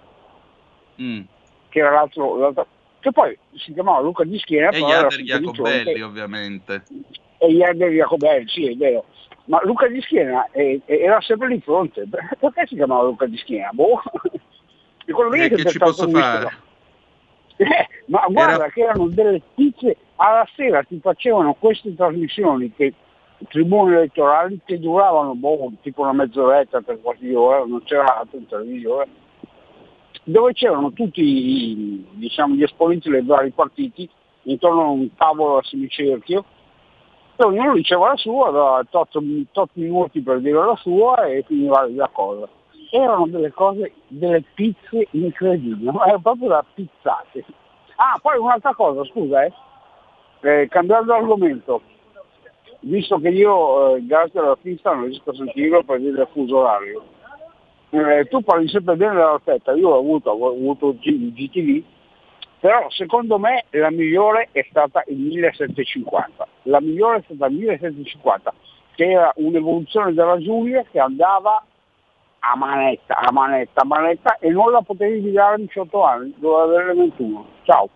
Mm. che era l'altro, l'altro che poi si chiamava Luca Di Schiena, E però era Jader sempre di Jacobelli, fronte, ovviamente. e Jader Jacobelli, sì, è vero. Ma Luca Di Schiena eh, era sempre di fronte. Perché si chiamava Luca Di Schiena? Boh. E quello lì Eh, è che sempre ci stato posso un fare? mistero. Eh, ma guarda Era- che erano delle pizze, alla sera ti facevano queste trasmissioni, che tribune elettorali, che duravano boh, tipo una mezz'oretta, tre quarti d'ora, non c'era altro in televisione, dove c'erano tutti i, diciamo, gli esponenti dei vari partiti intorno a un tavolo a semicerchio, e ognuno diceva la sua, da tot, tot minuti per dire la sua e finiva la cosa. Erano delle cose, delle pizze incredibili, era proprio da pizzate. Ah, poi un'altra cosa, scusa, eh, eh cambiando argomento, visto che io, eh, grazie alla pista, non riesco a sentirlo per dire il fuso orario. Eh, tu parli sempre bene della fetta, io ho avuto, ho avuto il G T V, però secondo me la migliore è stata il millesettecentocinquanta. La migliore è stata il millesettecentocinquanta, che era un'evoluzione della Giulia che andava a manetta, a manetta, a manetta, e non la potevi guidare a diciotto anni, doveva avere ventuno. Ciao.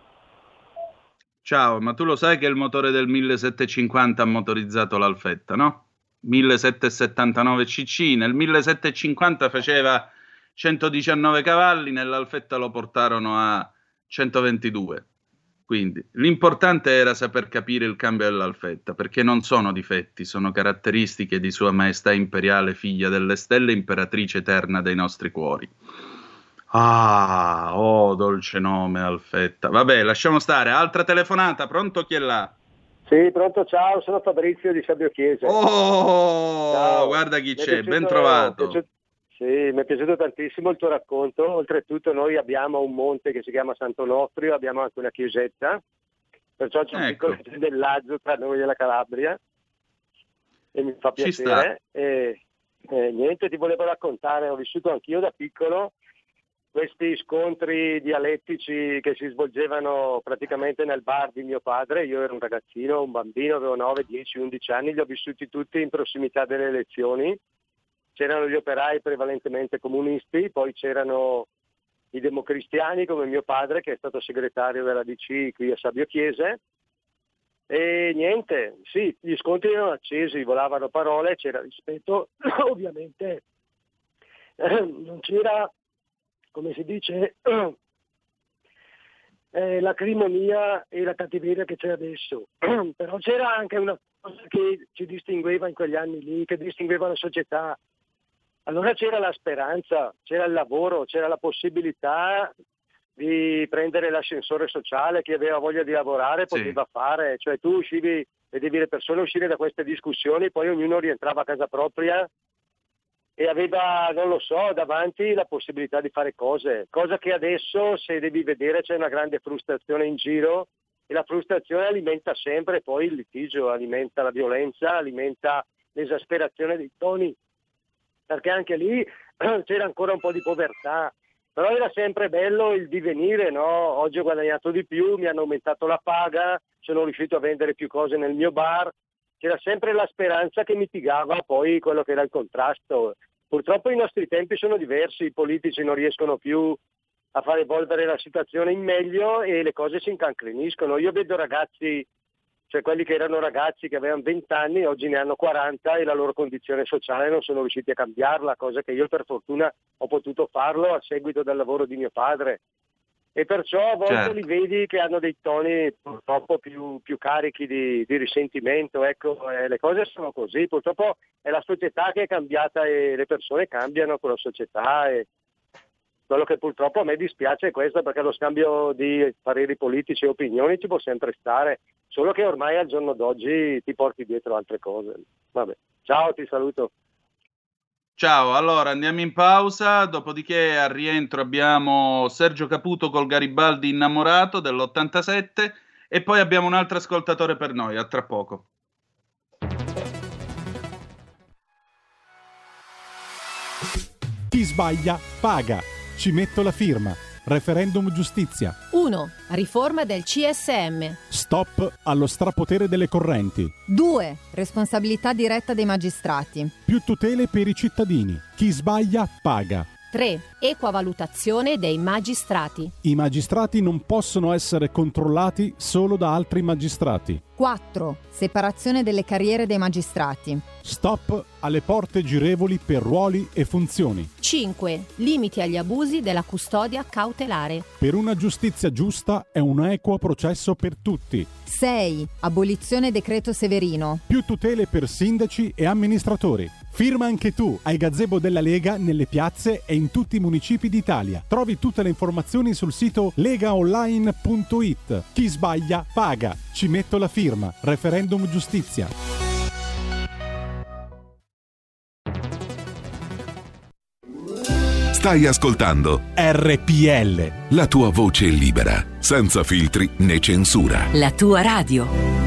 Ciao, ma tu lo sai che il motore del millesettecentocinquanta ha motorizzato l'Alfetta, no? millesettecentosettantanove cc, nel millesettecentocinquanta faceva centodiciannove cavalli, nell'Alfetta lo portarono a centoventidue. Quindi l'importante era saper capire il cambio dell'Alfetta, perché non sono difetti, sono caratteristiche di Sua Maestà Imperiale, figlia delle stelle, imperatrice eterna dei nostri cuori. Ah, oh, dolce nome, Alfetta. Vabbè, lasciamo stare. Altra telefonata, pronto, chi è là? Sì, pronto, ciao, sono Fabrizio di Sabio Chiesa. Oh, Ciao. guarda chi Mi è c'è, piaciuto- ben trovato. piaciuto- sì, mi è piaciuto tantissimo il tuo racconto. Oltretutto noi abbiamo un monte che si chiama Sant'Onofrio, abbiamo anche una chiesetta, perciò c'è un Ecco. piccolo dellaggio tra noi e la Calabria e mi fa Ci sta. piacere. E, e niente, ti volevo raccontare, ho vissuto anch'io da piccolo questi scontri dialettici che si svolgevano praticamente nel bar di mio padre. Io ero un ragazzino, un bambino, avevo nove, dieci, undici anni, li ho vissuti tutti in prossimità delle elezioni. C'erano gli operai prevalentemente comunisti, poi c'erano i democristiani come mio padre, che è stato segretario della D C qui a Sabio Chiese. E niente, sì, gli scontri erano accesi, volavano parole, c'era rispetto, ovviamente eh, non c'era, come si dice, eh, l'acrimonia e la cattiveria che c'è adesso. Però c'era anche una cosa che ci distingueva in quegli anni lì, che distingueva la società. Allora c'era la speranza, c'era il lavoro, c'era la possibilità di prendere l'ascensore sociale, chi aveva voglia di lavorare Sì. poteva fare, cioè tu uscivi, vedevi le persone uscire da queste discussioni, poi ognuno rientrava a casa propria e aveva, non lo so, davanti la possibilità di fare cose, cosa che adesso, se devi vedere, c'è una grande frustrazione in giro, e la frustrazione alimenta sempre poi il litigio, alimenta la violenza, alimenta l'esasperazione dei toni, perché anche lì c'era ancora un po' di povertà, però era sempre bello il divenire, no? Oggi ho guadagnato di più, mi hanno aumentato la paga, sono riuscito a vendere più cose nel mio bar, c'era sempre la speranza che mitigava poi quello che era il contrasto. Purtroppo i nostri tempi sono diversi, i politici non riescono più a far evolvere la situazione in meglio e le cose si incancreniscono. Io vedo ragazzi, cioè quelli che erano ragazzi che avevano venti anni, oggi ne hanno quaranta e la loro condizione sociale non sono riusciti a cambiarla, cosa che io per fortuna ho potuto farlo a seguito del lavoro di mio padre. E perciò a volte certo. li vedi che hanno dei toni purtroppo più, più carichi di, di risentimento, ecco, eh, le cose sono così, purtroppo è la società che è cambiata e le persone cambiano con la società e quello che purtroppo a me dispiace è questo, perché lo scambio di pareri politici e opinioni ci può sempre stare, solo che ormai al giorno d'oggi ti porti dietro altre cose. Vabbè, ciao, ti saluto. Ciao, allora andiamo in pausa, dopodiché al rientro abbiamo Sergio Caputo col Garibaldi innamorato dell'ottantasette e poi abbiamo un altro ascoltatore per noi, a tra poco. Chi sbaglia paga. Ci metto la firma. Referendum giustizia. uno. Riforma del C S M. Stop allo strapotere delle correnti. due. Responsabilità diretta dei magistrati. Più tutele per i cittadini. Chi sbaglia paga. tre. Equa valutazione dei magistrati. I magistrati non possono essere controllati solo da altri magistrati. quattro. Separazione delle carriere dei magistrati. Stop alle porte girevoli per ruoli e funzioni. cinque. Limiti agli abusi della custodia cautelare. Per una giustizia giusta è un equo processo per tutti. sei. Abolizione decreto Severino. Più tutele per sindaci e amministratori. Firma anche tu ai gazebo della Lega nelle piazze e in tutti i municipi d'Italia. Trovi tutte le informazioni sul sito legaonline punto it. Chi sbaglia paga. Ci metto la firma. Referendum giustizia. Stai ascoltando R P L. la tua voce libera, senza filtri né censura. La tua radio.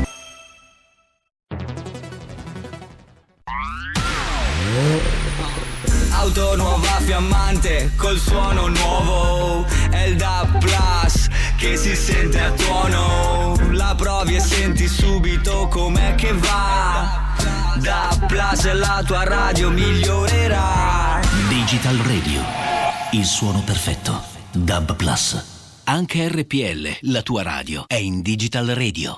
Auto nuova fiammante col suono nuovo, è il D A B Plus che si sente a tuono. La provi e senti subito com'è che va. D A B Plus la tua radio migliorerà. Digital Radio, il suono perfetto. D A B Plus. Anche R P L, la tua radio, è in Digital Radio.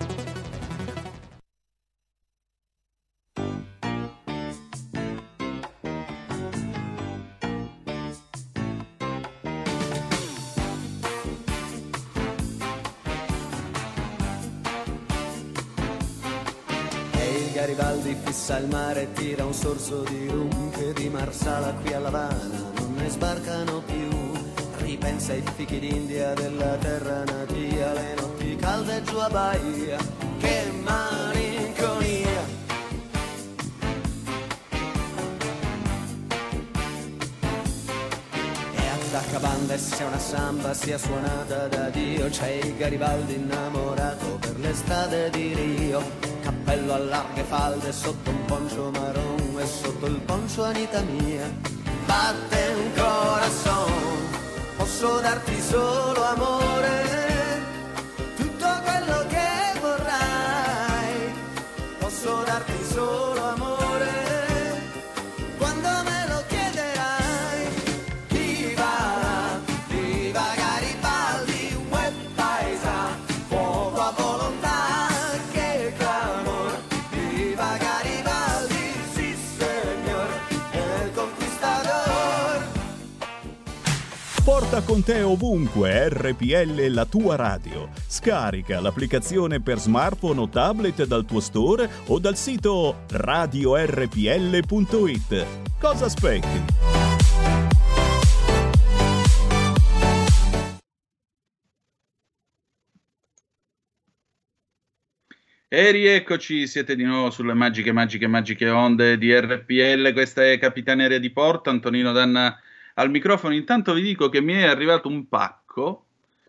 Garibaldi fissa il mare e tira un sorso di rum che di Marsala qui a L'Avana non ne sbarcano più. Ripensa ai fichi d'India della terra natia, le notti calde giù a Bahia, che malinconia. E attacca banda e sia una samba sia suonata da Dio, c'è il Garibaldi innamorato per le strade di Rio. Cappello a larghe falde sotto un poncio marron e sotto il poncio Anita mia. Batte un corazon, posso darti solo amore, tutto quello che vorrai. Posso darti solo amore, quando me lo chiederai. Viva, viva Garibaldi, uè paesa, fuoco a volontà. Porta con te ovunque R P L, la tua radio. Scarica l'applicazione per smartphone o tablet dal tuo store o dal sito radio R P L punto it. Cosa aspetti? E rieccoci, siete di nuovo sulle magiche, magiche, magiche onde di R P L. Questa è Capitaneria di Porto, Antonino Danna al microfono. Intanto vi dico che mi è arrivato un pacco,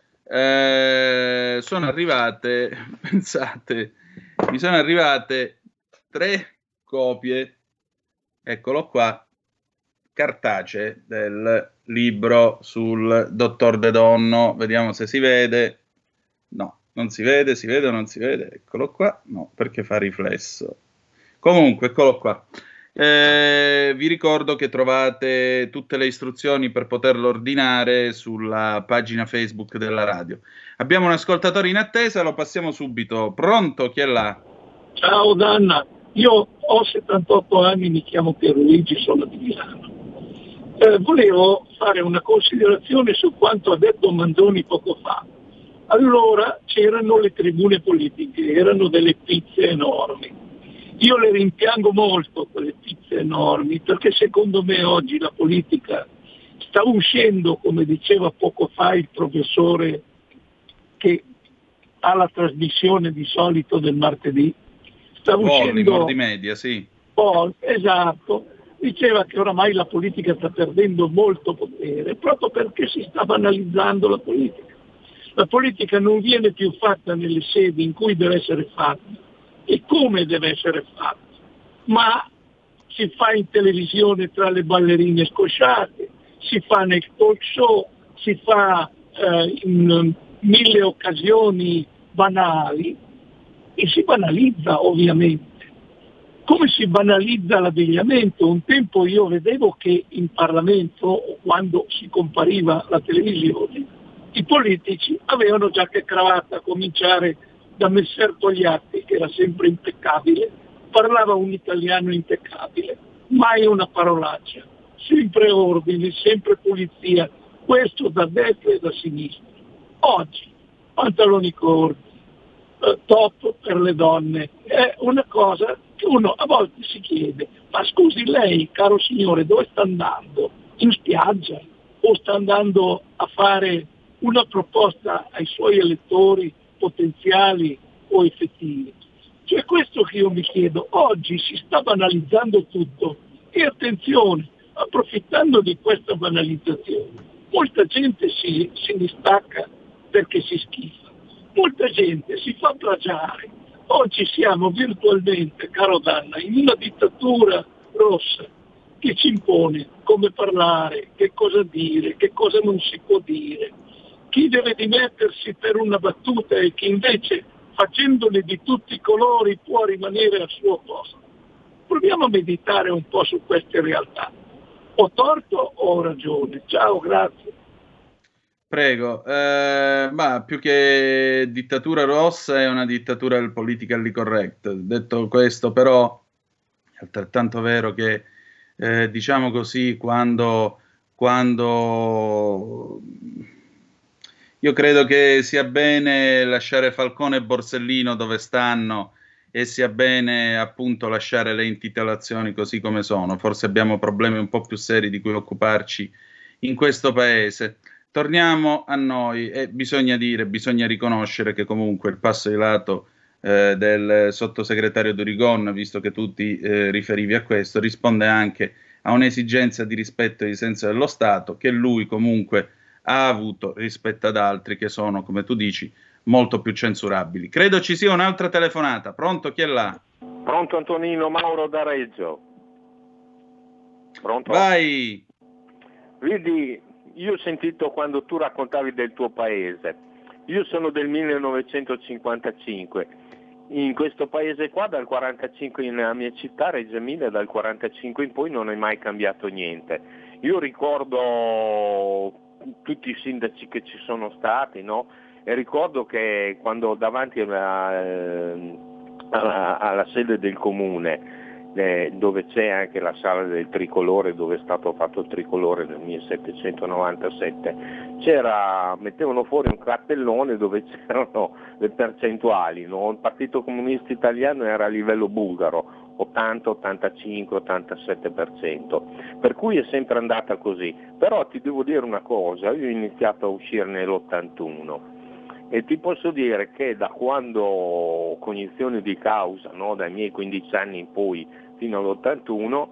eh, sono arrivate, pensate, mi sono arrivate tre copie, eccolo qua, cartacee del libro sul dottor De Donno. Vediamo se si vede. No, non si vede, si vede o non si vede? Eccolo qua, no, perché fa riflesso. Comunque, eccolo qua. Eh, vi ricordo che trovate tutte le istruzioni per poterlo ordinare sulla pagina Facebook della radio. Abbiamo un ascoltatore in attesa, lo passiamo subito. Pronto? Chi è là? Ciao Danna, io ho settantotto anni, mi chiamo Pierluigi, sono di Milano. Eh, volevo fare una considerazione su quanto ha detto Manzoni poco fa. Allora c'erano le tribune politiche, erano delle pizze enormi. Io le rimpiango molto quelle pizze enormi, perché secondo me oggi la politica sta uscendo, come diceva poco fa il professore che ha la trasmissione di solito del martedì, sta uscendo... Mordi media, sì. Oh, esatto, diceva che oramai la politica sta perdendo molto potere, proprio perché si sta banalizzando la politica. La politica non viene più fatta nelle sedi in cui deve essere fatta e come deve essere fatta, ma si fa in televisione tra le ballerine scosciate, si fa nel talk show, si fa eh, in mille occasioni banali e si banalizza ovviamente. Come si banalizza l'abbigliamento? Un tempo io vedevo che in Parlamento, quando si compariva la televisione, i politici avevano giacca e cravatta, a cominciare da Messer Togliatti, che era sempre impeccabile, parlava un italiano impeccabile, mai una parolaccia, sempre ordine, sempre pulizia, questo da destra e da sinistra. Oggi, pantaloni corti, eh, top per le donne, è una cosa che uno a volte si chiede, ma scusi lei, caro signore, dove sta andando? In spiaggia? O sta andando a fare una proposta ai suoi elettori potenziali o effettivi? Cioè questo che io mi chiedo, oggi si sta banalizzando tutto e attenzione, approfittando di questa banalizzazione, molta gente si, si distacca perché si schifa, molta gente si fa plagiare. Oggi siamo virtualmente, caro Danna, in una dittatura rossa che ci impone come parlare, che cosa dire, che cosa non si può dire, chi deve dimettersi per una battuta e chi invece, facendone di tutti i colori, può rimanere al suo posto. Proviamo a meditare un po' su queste realtà. Ho torto o ho ragione? Ciao, grazie. Prego, eh, ma più che dittatura rossa è una dittatura del politically correct. Detto questo, però, è altrettanto vero che, eh, diciamo così, quando... quando io credo che sia bene lasciare Falcone e Borsellino dove stanno e sia bene appunto lasciare le intitolazioni così come sono. Forse abbiamo problemi un po' più seri di cui occuparci in questo paese. Torniamo a noi e bisogna dire, bisogna riconoscere che comunque il passo di lato eh, del sottosegretario Durigon, visto che tu ti eh, riferivi a questo, risponde anche a un'esigenza di rispetto e di senso dello Stato che lui comunque ha avuto rispetto ad altri che sono, come tu dici, molto più censurabili. Credo ci sia un'altra telefonata. Pronto? Chi è là? Pronto Antonino, Mauro da Reggio. Pronto? Vai! Vedi, io ho sentito quando tu raccontavi del tuo paese. Io sono del millenovecentocinquantacinque. In questo paese qua, dal quarantacinque nella mia città, Reggio Emilia, dal quarantacinque in poi non è mai cambiato niente. Io ricordo tutti i sindaci che ci sono stati, no? E ricordo che quando davanti alla, alla, alla sede del comune, eh, dove c'è anche la sala del tricolore, dove è stato fatto il tricolore nel millesettecentonovantasette, c'era, mettevano fuori un cartellone dove c'erano le percentuali, no? Il Partito Comunista Italiano era a livello bulgaro, ottanta, ottantacinque, ottantasette per cento, per cui è sempre andata così. Però ti devo dire una cosa, io ho iniziato a uscire nell'ottantuno e ti posso dire che da quando ho cognizione di causa, no, dai miei quindici anni in poi fino all'ottantuno,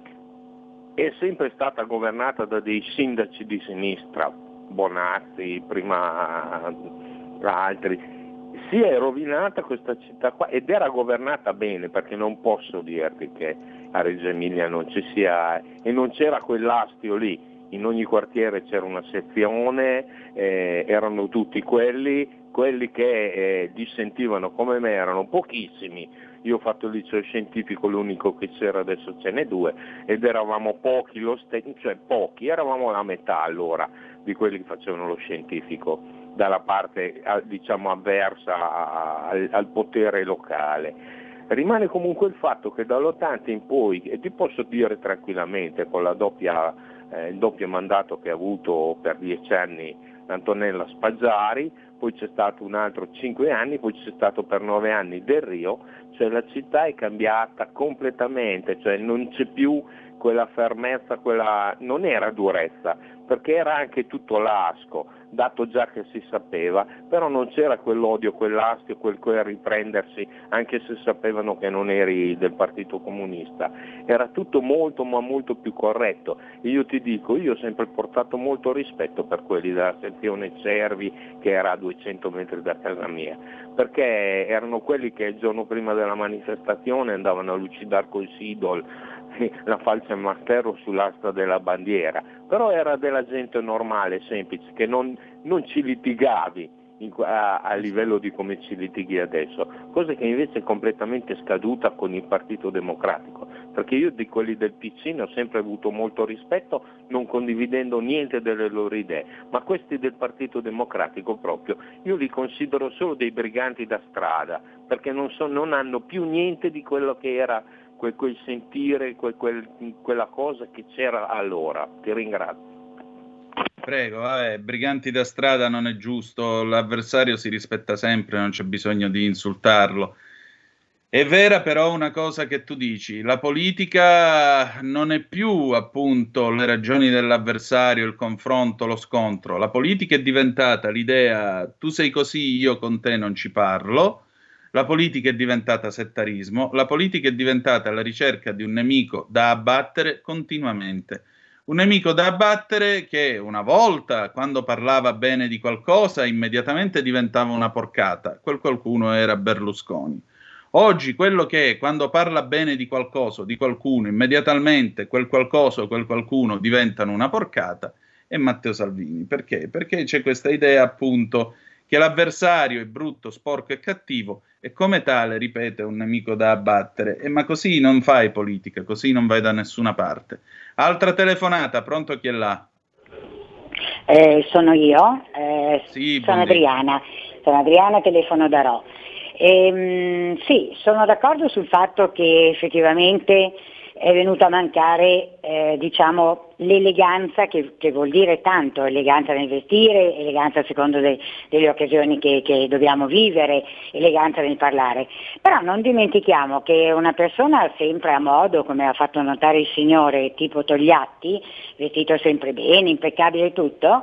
è sempre stata governata da dei sindaci di sinistra, Bonazzi, prima altri. Si è rovinata questa città qua ed era governata bene, perché non posso dirti che a Reggio Emilia non ci sia e non c'era quell'astio lì. in ogni quartiere c'era una sezione, eh, erano tutti quelli, quelli che eh, dissentivano come me erano pochissimi. Io ho fatto il liceo scientifico, l'unico che c'era, adesso ce n'è due, ed eravamo pochi, lo stesso, cioè pochi, eravamo la metà allora di quelli che facevano lo scientifico, dalla parte diciamo avversa al, al potere locale. Rimane comunque il fatto che dall'ottanta in poi, e ti posso dire tranquillamente, con la doppia, eh, il doppio mandato che ha avuto per dieci anni Antonella Spaggiari, poi c'è stato un altro cinque anni, poi c'è stato per nove anni Del Rio, cioè la città è cambiata completamente, cioè non c'è più quella fermezza, quella non era durezza, perché era anche tutto lasco, dato già che si sapeva, però non c'era quell'odio, quell'astio, quel, quel riprendersi, anche se sapevano che non eri del Partito Comunista. Era tutto molto ma molto più corretto. E io ti dico, io ho sempre portato molto rispetto per quelli della sezione Cervi, che era a duecento metri da casa mia, perché erano quelli che il giorno prima della manifestazione andavano a lucidare col Sidol la falce mastero sull'asta della bandiera, però era della gente normale, semplice, che non, non ci litigavi in, a, a livello di come ci litighi adesso, cosa che invece è completamente scaduta con il Partito Democratico, perché io di quelli del P C ne ho sempre avuto molto rispetto, non condividendo niente delle loro idee, ma questi del Partito Democratico proprio, io li considero solo dei briganti da strada, perché non, so, non hanno più niente di quello che era Quel, quel sentire, quel, quel, quella cosa che c'era allora. Ti ringrazio. Prego, vabbè, briganti da strada non è giusto, l'avversario si rispetta sempre, non c'è bisogno di insultarlo. È vera però una cosa che tu dici, la politica non è più appunto le ragioni dell'avversario, il confronto, lo scontro, la politica è diventata l'idea tu sei così, io con te non ci parlo. La politica è diventata settarismo, la politica è diventata la ricerca di un nemico da abbattere continuamente. Un nemico da abbattere che una volta, quando parlava bene di qualcosa, immediatamente diventava una porcata. Quel qualcuno era Berlusconi. Oggi quello che quando parla bene di qualcosa, di qualcuno, immediatamente quel qualcosa o quel qualcuno diventano una porcata, è Matteo Salvini. Perché? Perché c'è questa idea appunto che l'avversario è brutto, sporco e cattivo e come tale, ripete, è un nemico da abbattere. E ma così non fai politica, così non vai da nessuna parte. Altra telefonata, pronto, chi è là? Eh, sono io, eh, sì, sono Adriana, sono Adriana, telefono da Rho. Ehm, sì, sono d'accordo sul fatto che effettivamente è venuta a mancare eh, diciamo l'eleganza che, che vuol dire tanto, eleganza nel vestire, eleganza a secondo de, delle occasioni che, che dobbiamo vivere, eleganza nel parlare, però non dimentichiamo che una persona sempre a modo, come ha fatto notare il signore, tipo Togliatti, vestito sempre bene, impeccabile e tutto,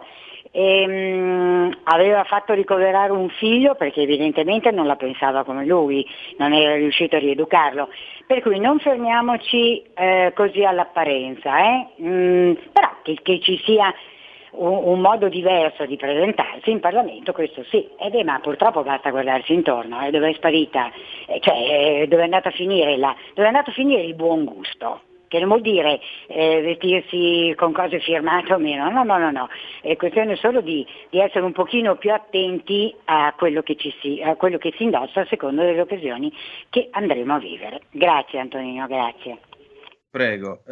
ehm, aveva fatto ricoverare un figlio perché evidentemente non la pensava come lui, non era riuscito a rieducarlo, per cui non fermiamoci eh, così all'apparenza, eh? mm, però che, che ci sia un, un modo diverso di presentarsi in Parlamento, questo sì, ed è, ma purtroppo basta guardarsi intorno, eh, dove è sparita, eh, cioè eh, dove è andato a finire la, dove è andato a finire il buon gusto? Che non vuol dire eh, vestirsi con cose firmate o meno, no, no, no, no, è questione solo di, di essere un pochino più attenti a quello che ci si, a quello che si indossa a seconda delle occasioni che andremo a vivere. Grazie Antonino, grazie. Prego.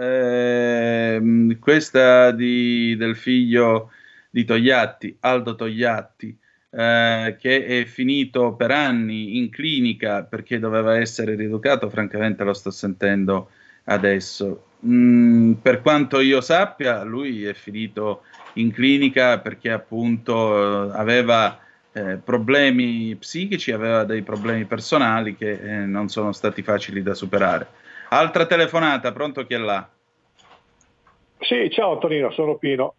Eh, questa di, del figlio di Togliatti, Aldo Togliatti, eh, che è finito per anni in clinica perché doveva essere rieducato, francamente lo sto sentendo adesso. Mm, per quanto io sappia, lui è finito in clinica perché appunto eh, aveva eh, problemi psichici, aveva dei problemi personali che eh, non sono stati facili da superare. Altra telefonata, pronto, chi è là? Sì, ciao Antonino, sono Pino.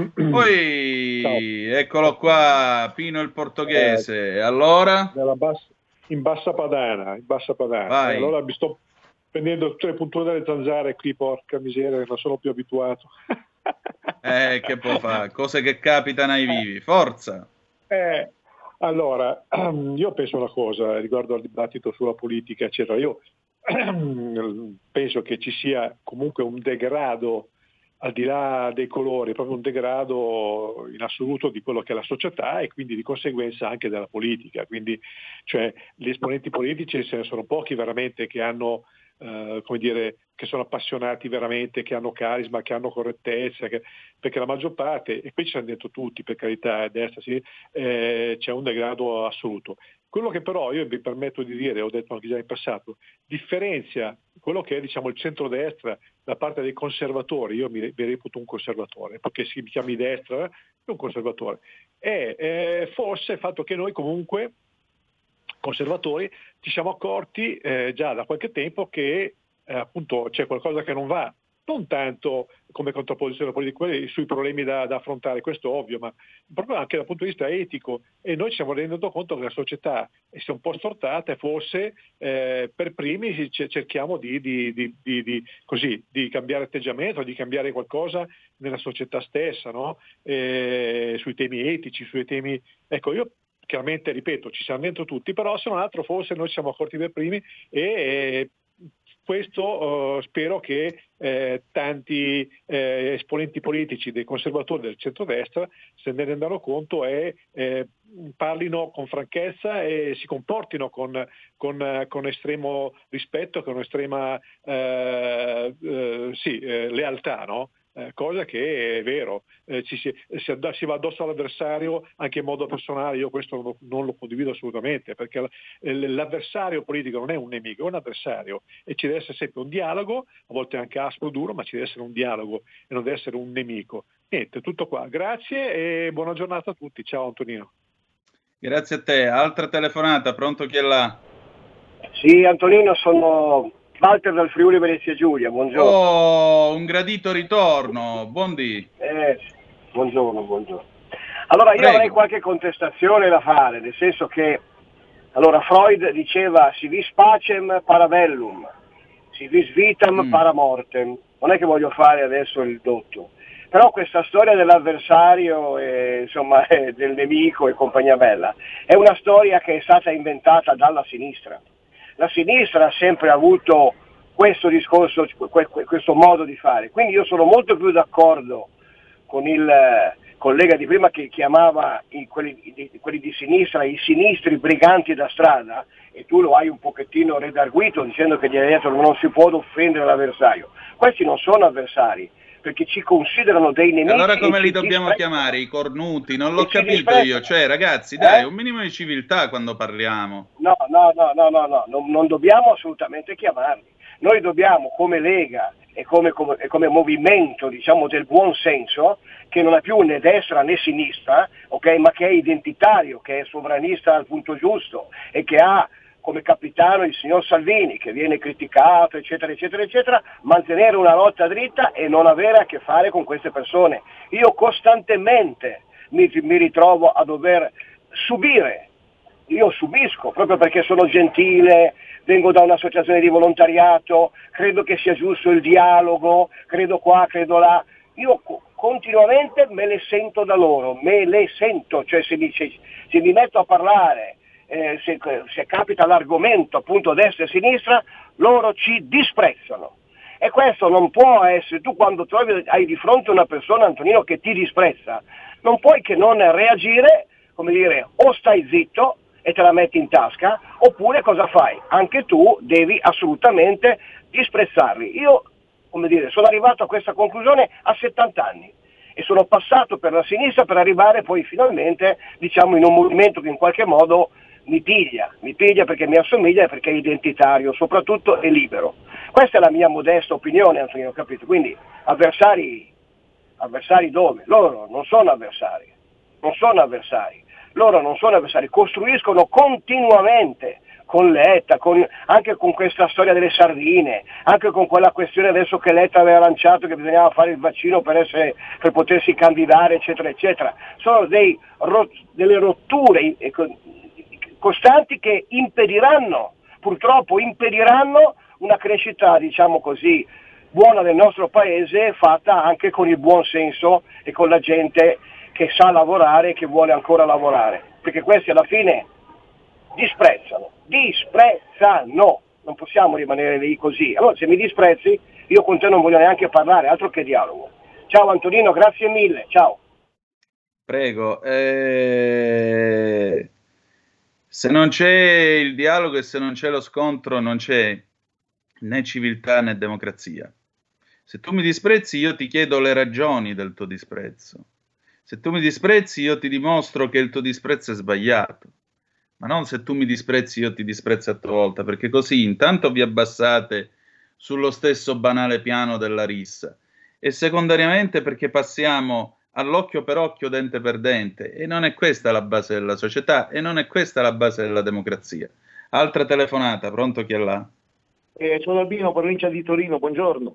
Poi, ciao. Eccolo qua, Pino il portoghese. Eh, allora? Nella bassa, in Bassa Padana, in Bassa Padana. Vai. Allora mi sto prendendo tutte le punture delle zanzare qui, porca miseria, non sono più abituato. eh, che può fare? Cose che capitano ai vivi, forza! Eh, allora, io penso una cosa riguardo al dibattito sulla politica, eccetera. Io penso che ci sia comunque un degrado al di là dei colori, è proprio un degrado in assoluto di quello che è la società e quindi di conseguenza anche della politica. Quindi, cioè, gli esponenti politici ce ne sono pochi veramente che hanno, eh, come dire, che sono appassionati veramente, che hanno carisma, che hanno correttezza, che, perché la maggior parte, e qui ci hanno detto tutti, per carità, destra, sì, eh, c'è un degrado assoluto. Quello che però io vi permetto di dire, ho detto anche già in passato, differenzia quello che è, diciamo, il centrodestra da parte dei conservatori, io mi, mi reputo un conservatore, perché si mi chiami destra, è un conservatore, è eh, forse il fatto che noi comunque, conservatori, ci siamo accorti eh, già da qualche tempo che eh, appunto c'è qualcosa che non va, non tanto come contrapposizione politica sui problemi da, da affrontare, questo è ovvio, ma proprio anche dal punto di vista etico, e noi ci stiamo rendendo conto che la società si è un po' stortata e forse eh, per primi cerchiamo di, di, di, di, di, così, di cambiare atteggiamento, di cambiare qualcosa nella società stessa, no? Eh, sui temi etici, sui temi... Ecco, io chiaramente, ripeto, ci siamo dentro tutti, però se non altro forse noi ci siamo accorti per primi e... e questo uh, spero che eh, tanti eh, esponenti politici dei conservatori del centrodestra se ne rendano conto e eh, parlino con franchezza e si comportino con, con, con estremo rispetto, con estrema eh, eh, sì, eh, lealtà, no? Eh, cosa che è vero, eh, ci si, si, add- si va addosso all'avversario anche in modo personale, io questo non lo, non lo condivido assolutamente, perché l- l'avversario politico non è un nemico, è un avversario e ci deve essere sempre un dialogo, a volte anche aspro, duro, ma ci deve essere un dialogo e non deve essere un nemico. Niente, tutto qua, grazie e buona giornata a tutti, ciao Antonino. Grazie a te, altra telefonata, pronto, chi è là? Sì, Antonino, sono Walter dal Friuli Venezia Giulia, buongiorno. Oh, un gradito ritorno, buondì. Eh, buongiorno, buongiorno. Allora io Prego. avrei qualche contestazione da fare, nel senso che allora Freud diceva si vis pacem para bellum, si vis vitam mm. para mortem. Non è che voglio fare adesso il dotto, però questa storia dell'avversario e insomma del nemico e compagnia bella è una storia che è stata inventata dalla sinistra. La sinistra ha sempre avuto questo discorso, questo modo di fare, quindi io sono molto più d'accordo con il collega di prima che chiamava i, quelli, di, quelli di sinistra i sinistri briganti da strada, e tu lo hai un pochettino redarguito dicendo che dietro non si può offendere l'avversario. Questi non sono avversari, perché ci considerano dei nemici. Allora come li dobbiamo disprezzano. chiamare? I cornuti? Non l'ho E ci capito disprezzano. io, cioè ragazzi dai, Eh? un minimo di civiltà quando parliamo. No, no, no, no, no, no, non, non dobbiamo assolutamente chiamarli. Noi dobbiamo, come Lega e come, come, e come movimento, diciamo, del buon senso, che non ha più né destra né sinistra, ok, ma che è identitario, che è sovranista al punto giusto e che ha come capitano il signor Salvini, che viene criticato, eccetera, eccetera, eccetera, mantenere una lotta dritta e non avere a che fare con queste persone. Io costantemente mi, mi ritrovo a dover subire, io subisco, proprio perché sono gentile, vengo da un'associazione di volontariato, credo che sia giusto il dialogo, credo qua, credo là, io co- continuamente me le sento da loro, me le sento, cioè se mi, se, se mi metto a parlare, eh, se, se capita l'argomento appunto destra e sinistra, loro ci disprezzano. E questo non può essere, tu quando trovi, hai di fronte una persona, Antonino, che ti disprezza, non puoi che non reagire, come dire, o stai zitto e te la metti in tasca, oppure cosa fai? Anche tu devi assolutamente disprezzarli. Io, come dire, sono arrivato a questa conclusione a settanta anni e sono passato per la sinistra per arrivare poi finalmente, diciamo, in un movimento che in qualche modo mi piglia, mi piglia perché mi assomiglia e perché è identitario, soprattutto è libero. Questa è la mia modesta opinione, Antonino, capito? Quindi avversari, avversari dove? Loro non sono avversari, non sono avversari, loro non sono avversari, costruiscono continuamente con Letta, con, anche con questa storia delle sardine, anche con quella questione adesso che Letta aveva lanciato che bisognava fare il vaccino per, essere, per potersi candidare, eccetera, eccetera. Sono dei, delle rotture costanti che impediranno, purtroppo impediranno una crescita, diciamo così, buona del nostro paese, fatta anche con il buon senso e con la gente che sa lavorare e che vuole ancora lavorare, perché questi alla fine disprezzano, disprezzano, non possiamo rimanere lì così. Allora se mi disprezzi io con te non voglio neanche parlare, altro che dialogo. Ciao Antonino, grazie mille, ciao. Prego. Eh... Se non c'è il dialogo e se non c'è lo scontro, non c'è né civiltà né democrazia. Se tu mi disprezzi, io ti chiedo le ragioni del tuo disprezzo. Se tu mi disprezzi, io ti dimostro che il tuo disprezzo è sbagliato. Ma non se tu mi disprezzi, io ti disprezzo a tua volta, perché così intanto vi abbassate sullo stesso banale piano della rissa e secondariamente perché passiamo all'occhio per occhio, dente per dente, e non è questa la base della società e non è questa la base della democrazia. Altra telefonata, pronto, chi è là? Eh, sono Albino, provincia di Torino, buongiorno.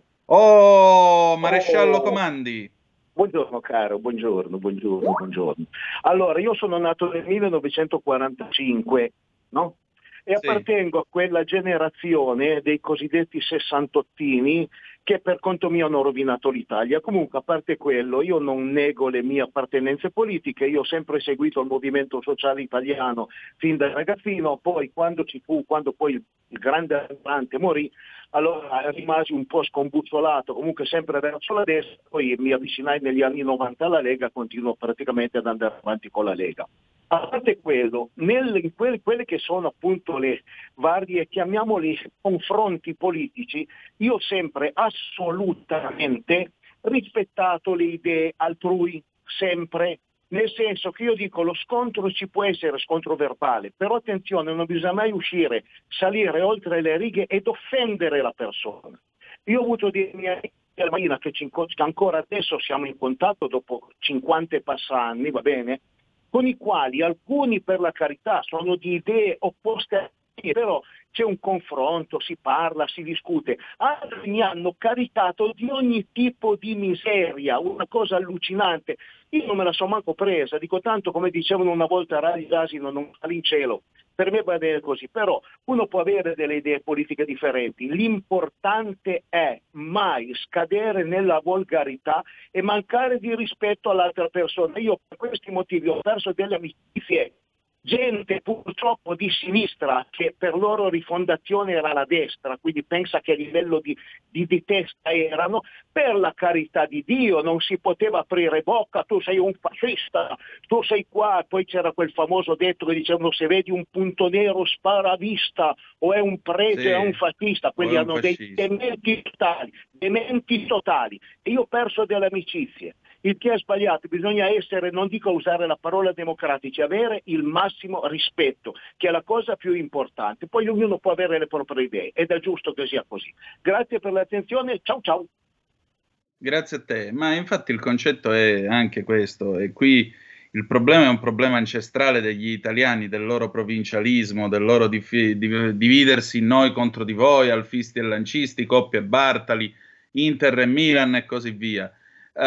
Oh, maresciallo Oh. Comandi. Buongiorno caro, buongiorno, buongiorno, buongiorno. Allora, io sono nato nel millenovecentoquarantacinque, no? E Sì. appartengo a quella generazione dei cosiddetti sessantottini che per conto mio hanno rovinato l'Italia. Comunque, a parte quello, io non nego le mie appartenenze politiche, io ho sempre seguito il movimento sociale italiano fin da ragazzino, poi quando ci fu, quando poi il, il grande Dante morì, allora rimasi un po' scombuzzolato, comunque sempre verso la destra, poi mi avvicinai negli anni novanta alla Lega, continuo praticamente ad andare avanti con la Lega. A parte quello, nel, in que, quelle che sono appunto le varie, chiamiamoli confronti politici, io ho sempre assolutamente rispettato le idee altrui, sempre, nel senso che io dico lo scontro ci può essere, scontro verbale, però attenzione, non bisogna mai uscire, salire oltre le righe ed offendere la persona. Io ho avuto dei miei amici che, che ancora adesso siamo in contatto dopo cinquanta e passa anni, va bene? Con i quali alcuni per la carità sono di idee opposte a me, però c'è un confronto, si parla, si discute. Altri mi hanno caritato di ogni tipo di miseria, una cosa allucinante. Io non me la so manco presa, dico tanto come dicevano una volta Radi l'asino non sta in cielo. Per me va bene così, però uno può avere delle idee politiche differenti. L'importante è mai scadere nella volgarità e mancare di rispetto all'altra persona. Io per questi motivi ho perso delle amicizie, gente purtroppo di sinistra che per loro rifondazione era la destra, quindi pensa che a livello di, di, di testa erano, per la carità di Dio non si poteva aprire bocca, tu sei un fascista, tu sei qua, poi c'era quel famoso detto che dicevano se vedi un punto nero spara a vista, o è un prete Sì, o è un fascista, quelli o è un hanno dei fascista. dementi totali, dementi totali, e io ho perso delle amicizie. Il che è sbagliato, bisogna essere, non dico usare la parola democratici, avere il massimo rispetto, che è la cosa più importante. Poi ognuno può avere le proprie idee ed è giusto che sia così. Grazie per l'attenzione, ciao ciao. Grazie a te, ma infatti il concetto è anche questo, e qui il problema è un problema ancestrale degli italiani, del loro provincialismo, del loro difi- div- dividersi in noi contro di voi, alfisti e lancisti, Coppi e Bartali, Inter e Milan e così via. Uh,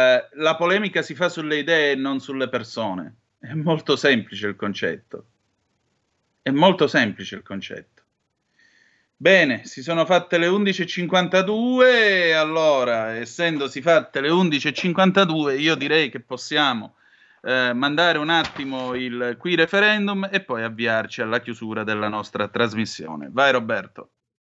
la polemica si fa sulle idee e non sulle persone. È molto semplice il concetto. È molto semplice il concetto. Bene, si sono fatte le undici e cinquantadue, allora, essendosi fatte le undici e cinquantadue, io direi che possiamo eh, mandare un attimo il qui referendum e poi avviarci alla chiusura della nostra trasmissione. Vai Roberto.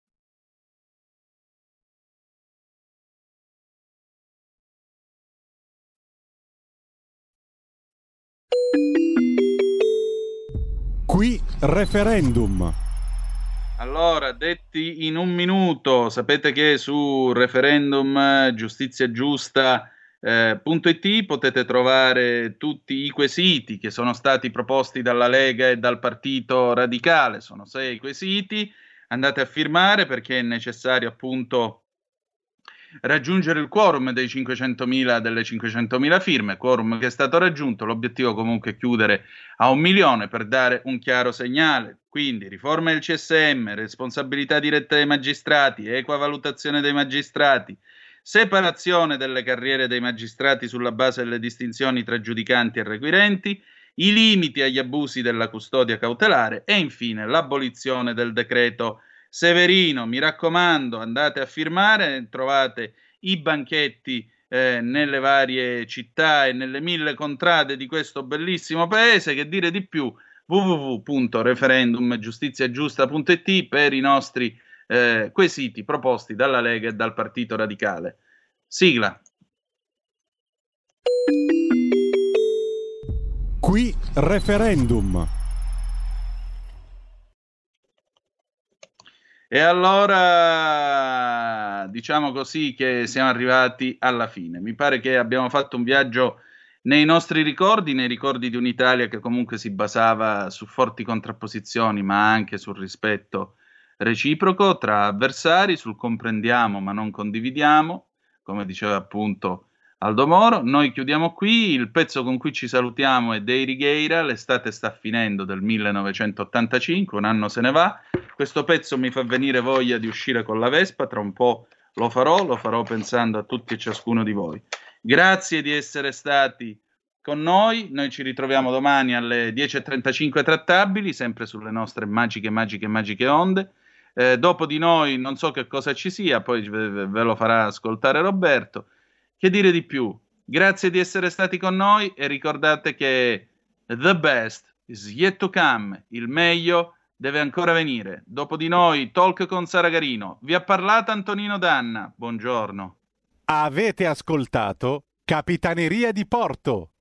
Qui referendum. Allora, detti in un minuto, sapete che su referendum giustizia giusta punto it potete trovare tutti i quesiti che sono stati proposti dalla Lega e dal Partito Radicale. Sono sei quesiti, andate a firmare perché è necessario appunto raggiungere il quorum dei cinquecentomila delle cinquecentomila firme, quorum che è stato raggiunto. L'obiettivo comunque è chiudere a un milione per dare un chiaro segnale. Quindi riforma del C S M, responsabilità diretta dei magistrati, equa valutazione dei magistrati, separazione delle carriere dei magistrati sulla base delle distinzioni tra giudicanti e requirenti, i limiti agli abusi della custodia cautelare e infine l'abolizione del decreto Severino. Mi raccomando, andate a firmare, trovate i banchetti eh, nelle varie città e nelle mille contrade di questo bellissimo paese. Che dire di più? w w w punto referendum giustizia giusta punto it per i nostri eh, quesiti proposti dalla Lega e dal Partito Radicale. Sigla. Qui referendum. E allora diciamo così che siamo arrivati alla fine. Mi pare che abbiamo fatto un viaggio nei nostri ricordi, nei ricordi di un'Italia che comunque si basava su forti contrapposizioni, ma anche sul rispetto reciproco tra avversari, sul comprendiamo ma non condividiamo, come diceva appunto Aldo Moro. Noi chiudiamo qui, il pezzo con cui ci salutiamo è dei Righeira, L'estate sta finendo, del millenovecentottantacinque, un anno se ne va. Questo pezzo mi fa venire voglia di uscire con la Vespa, tra un po' lo farò, lo farò pensando a tutti e ciascuno di voi. Grazie di essere stati con noi, noi ci ritroviamo domani alle dieci e trentacinque trattabili, sempre sulle nostre magiche, magiche, magiche onde. Eh, dopo di noi non so che cosa ci sia, poi ve, ve lo farà ascoltare Roberto. Che dire di più? Grazie di essere stati con noi e ricordate che the best is yet to come, il meglio deve ancora venire. Dopo di noi, talk con Saragarino. Vi ha parlato Antonino Danna. Buongiorno. Avete ascoltato Capitaneria di Porto.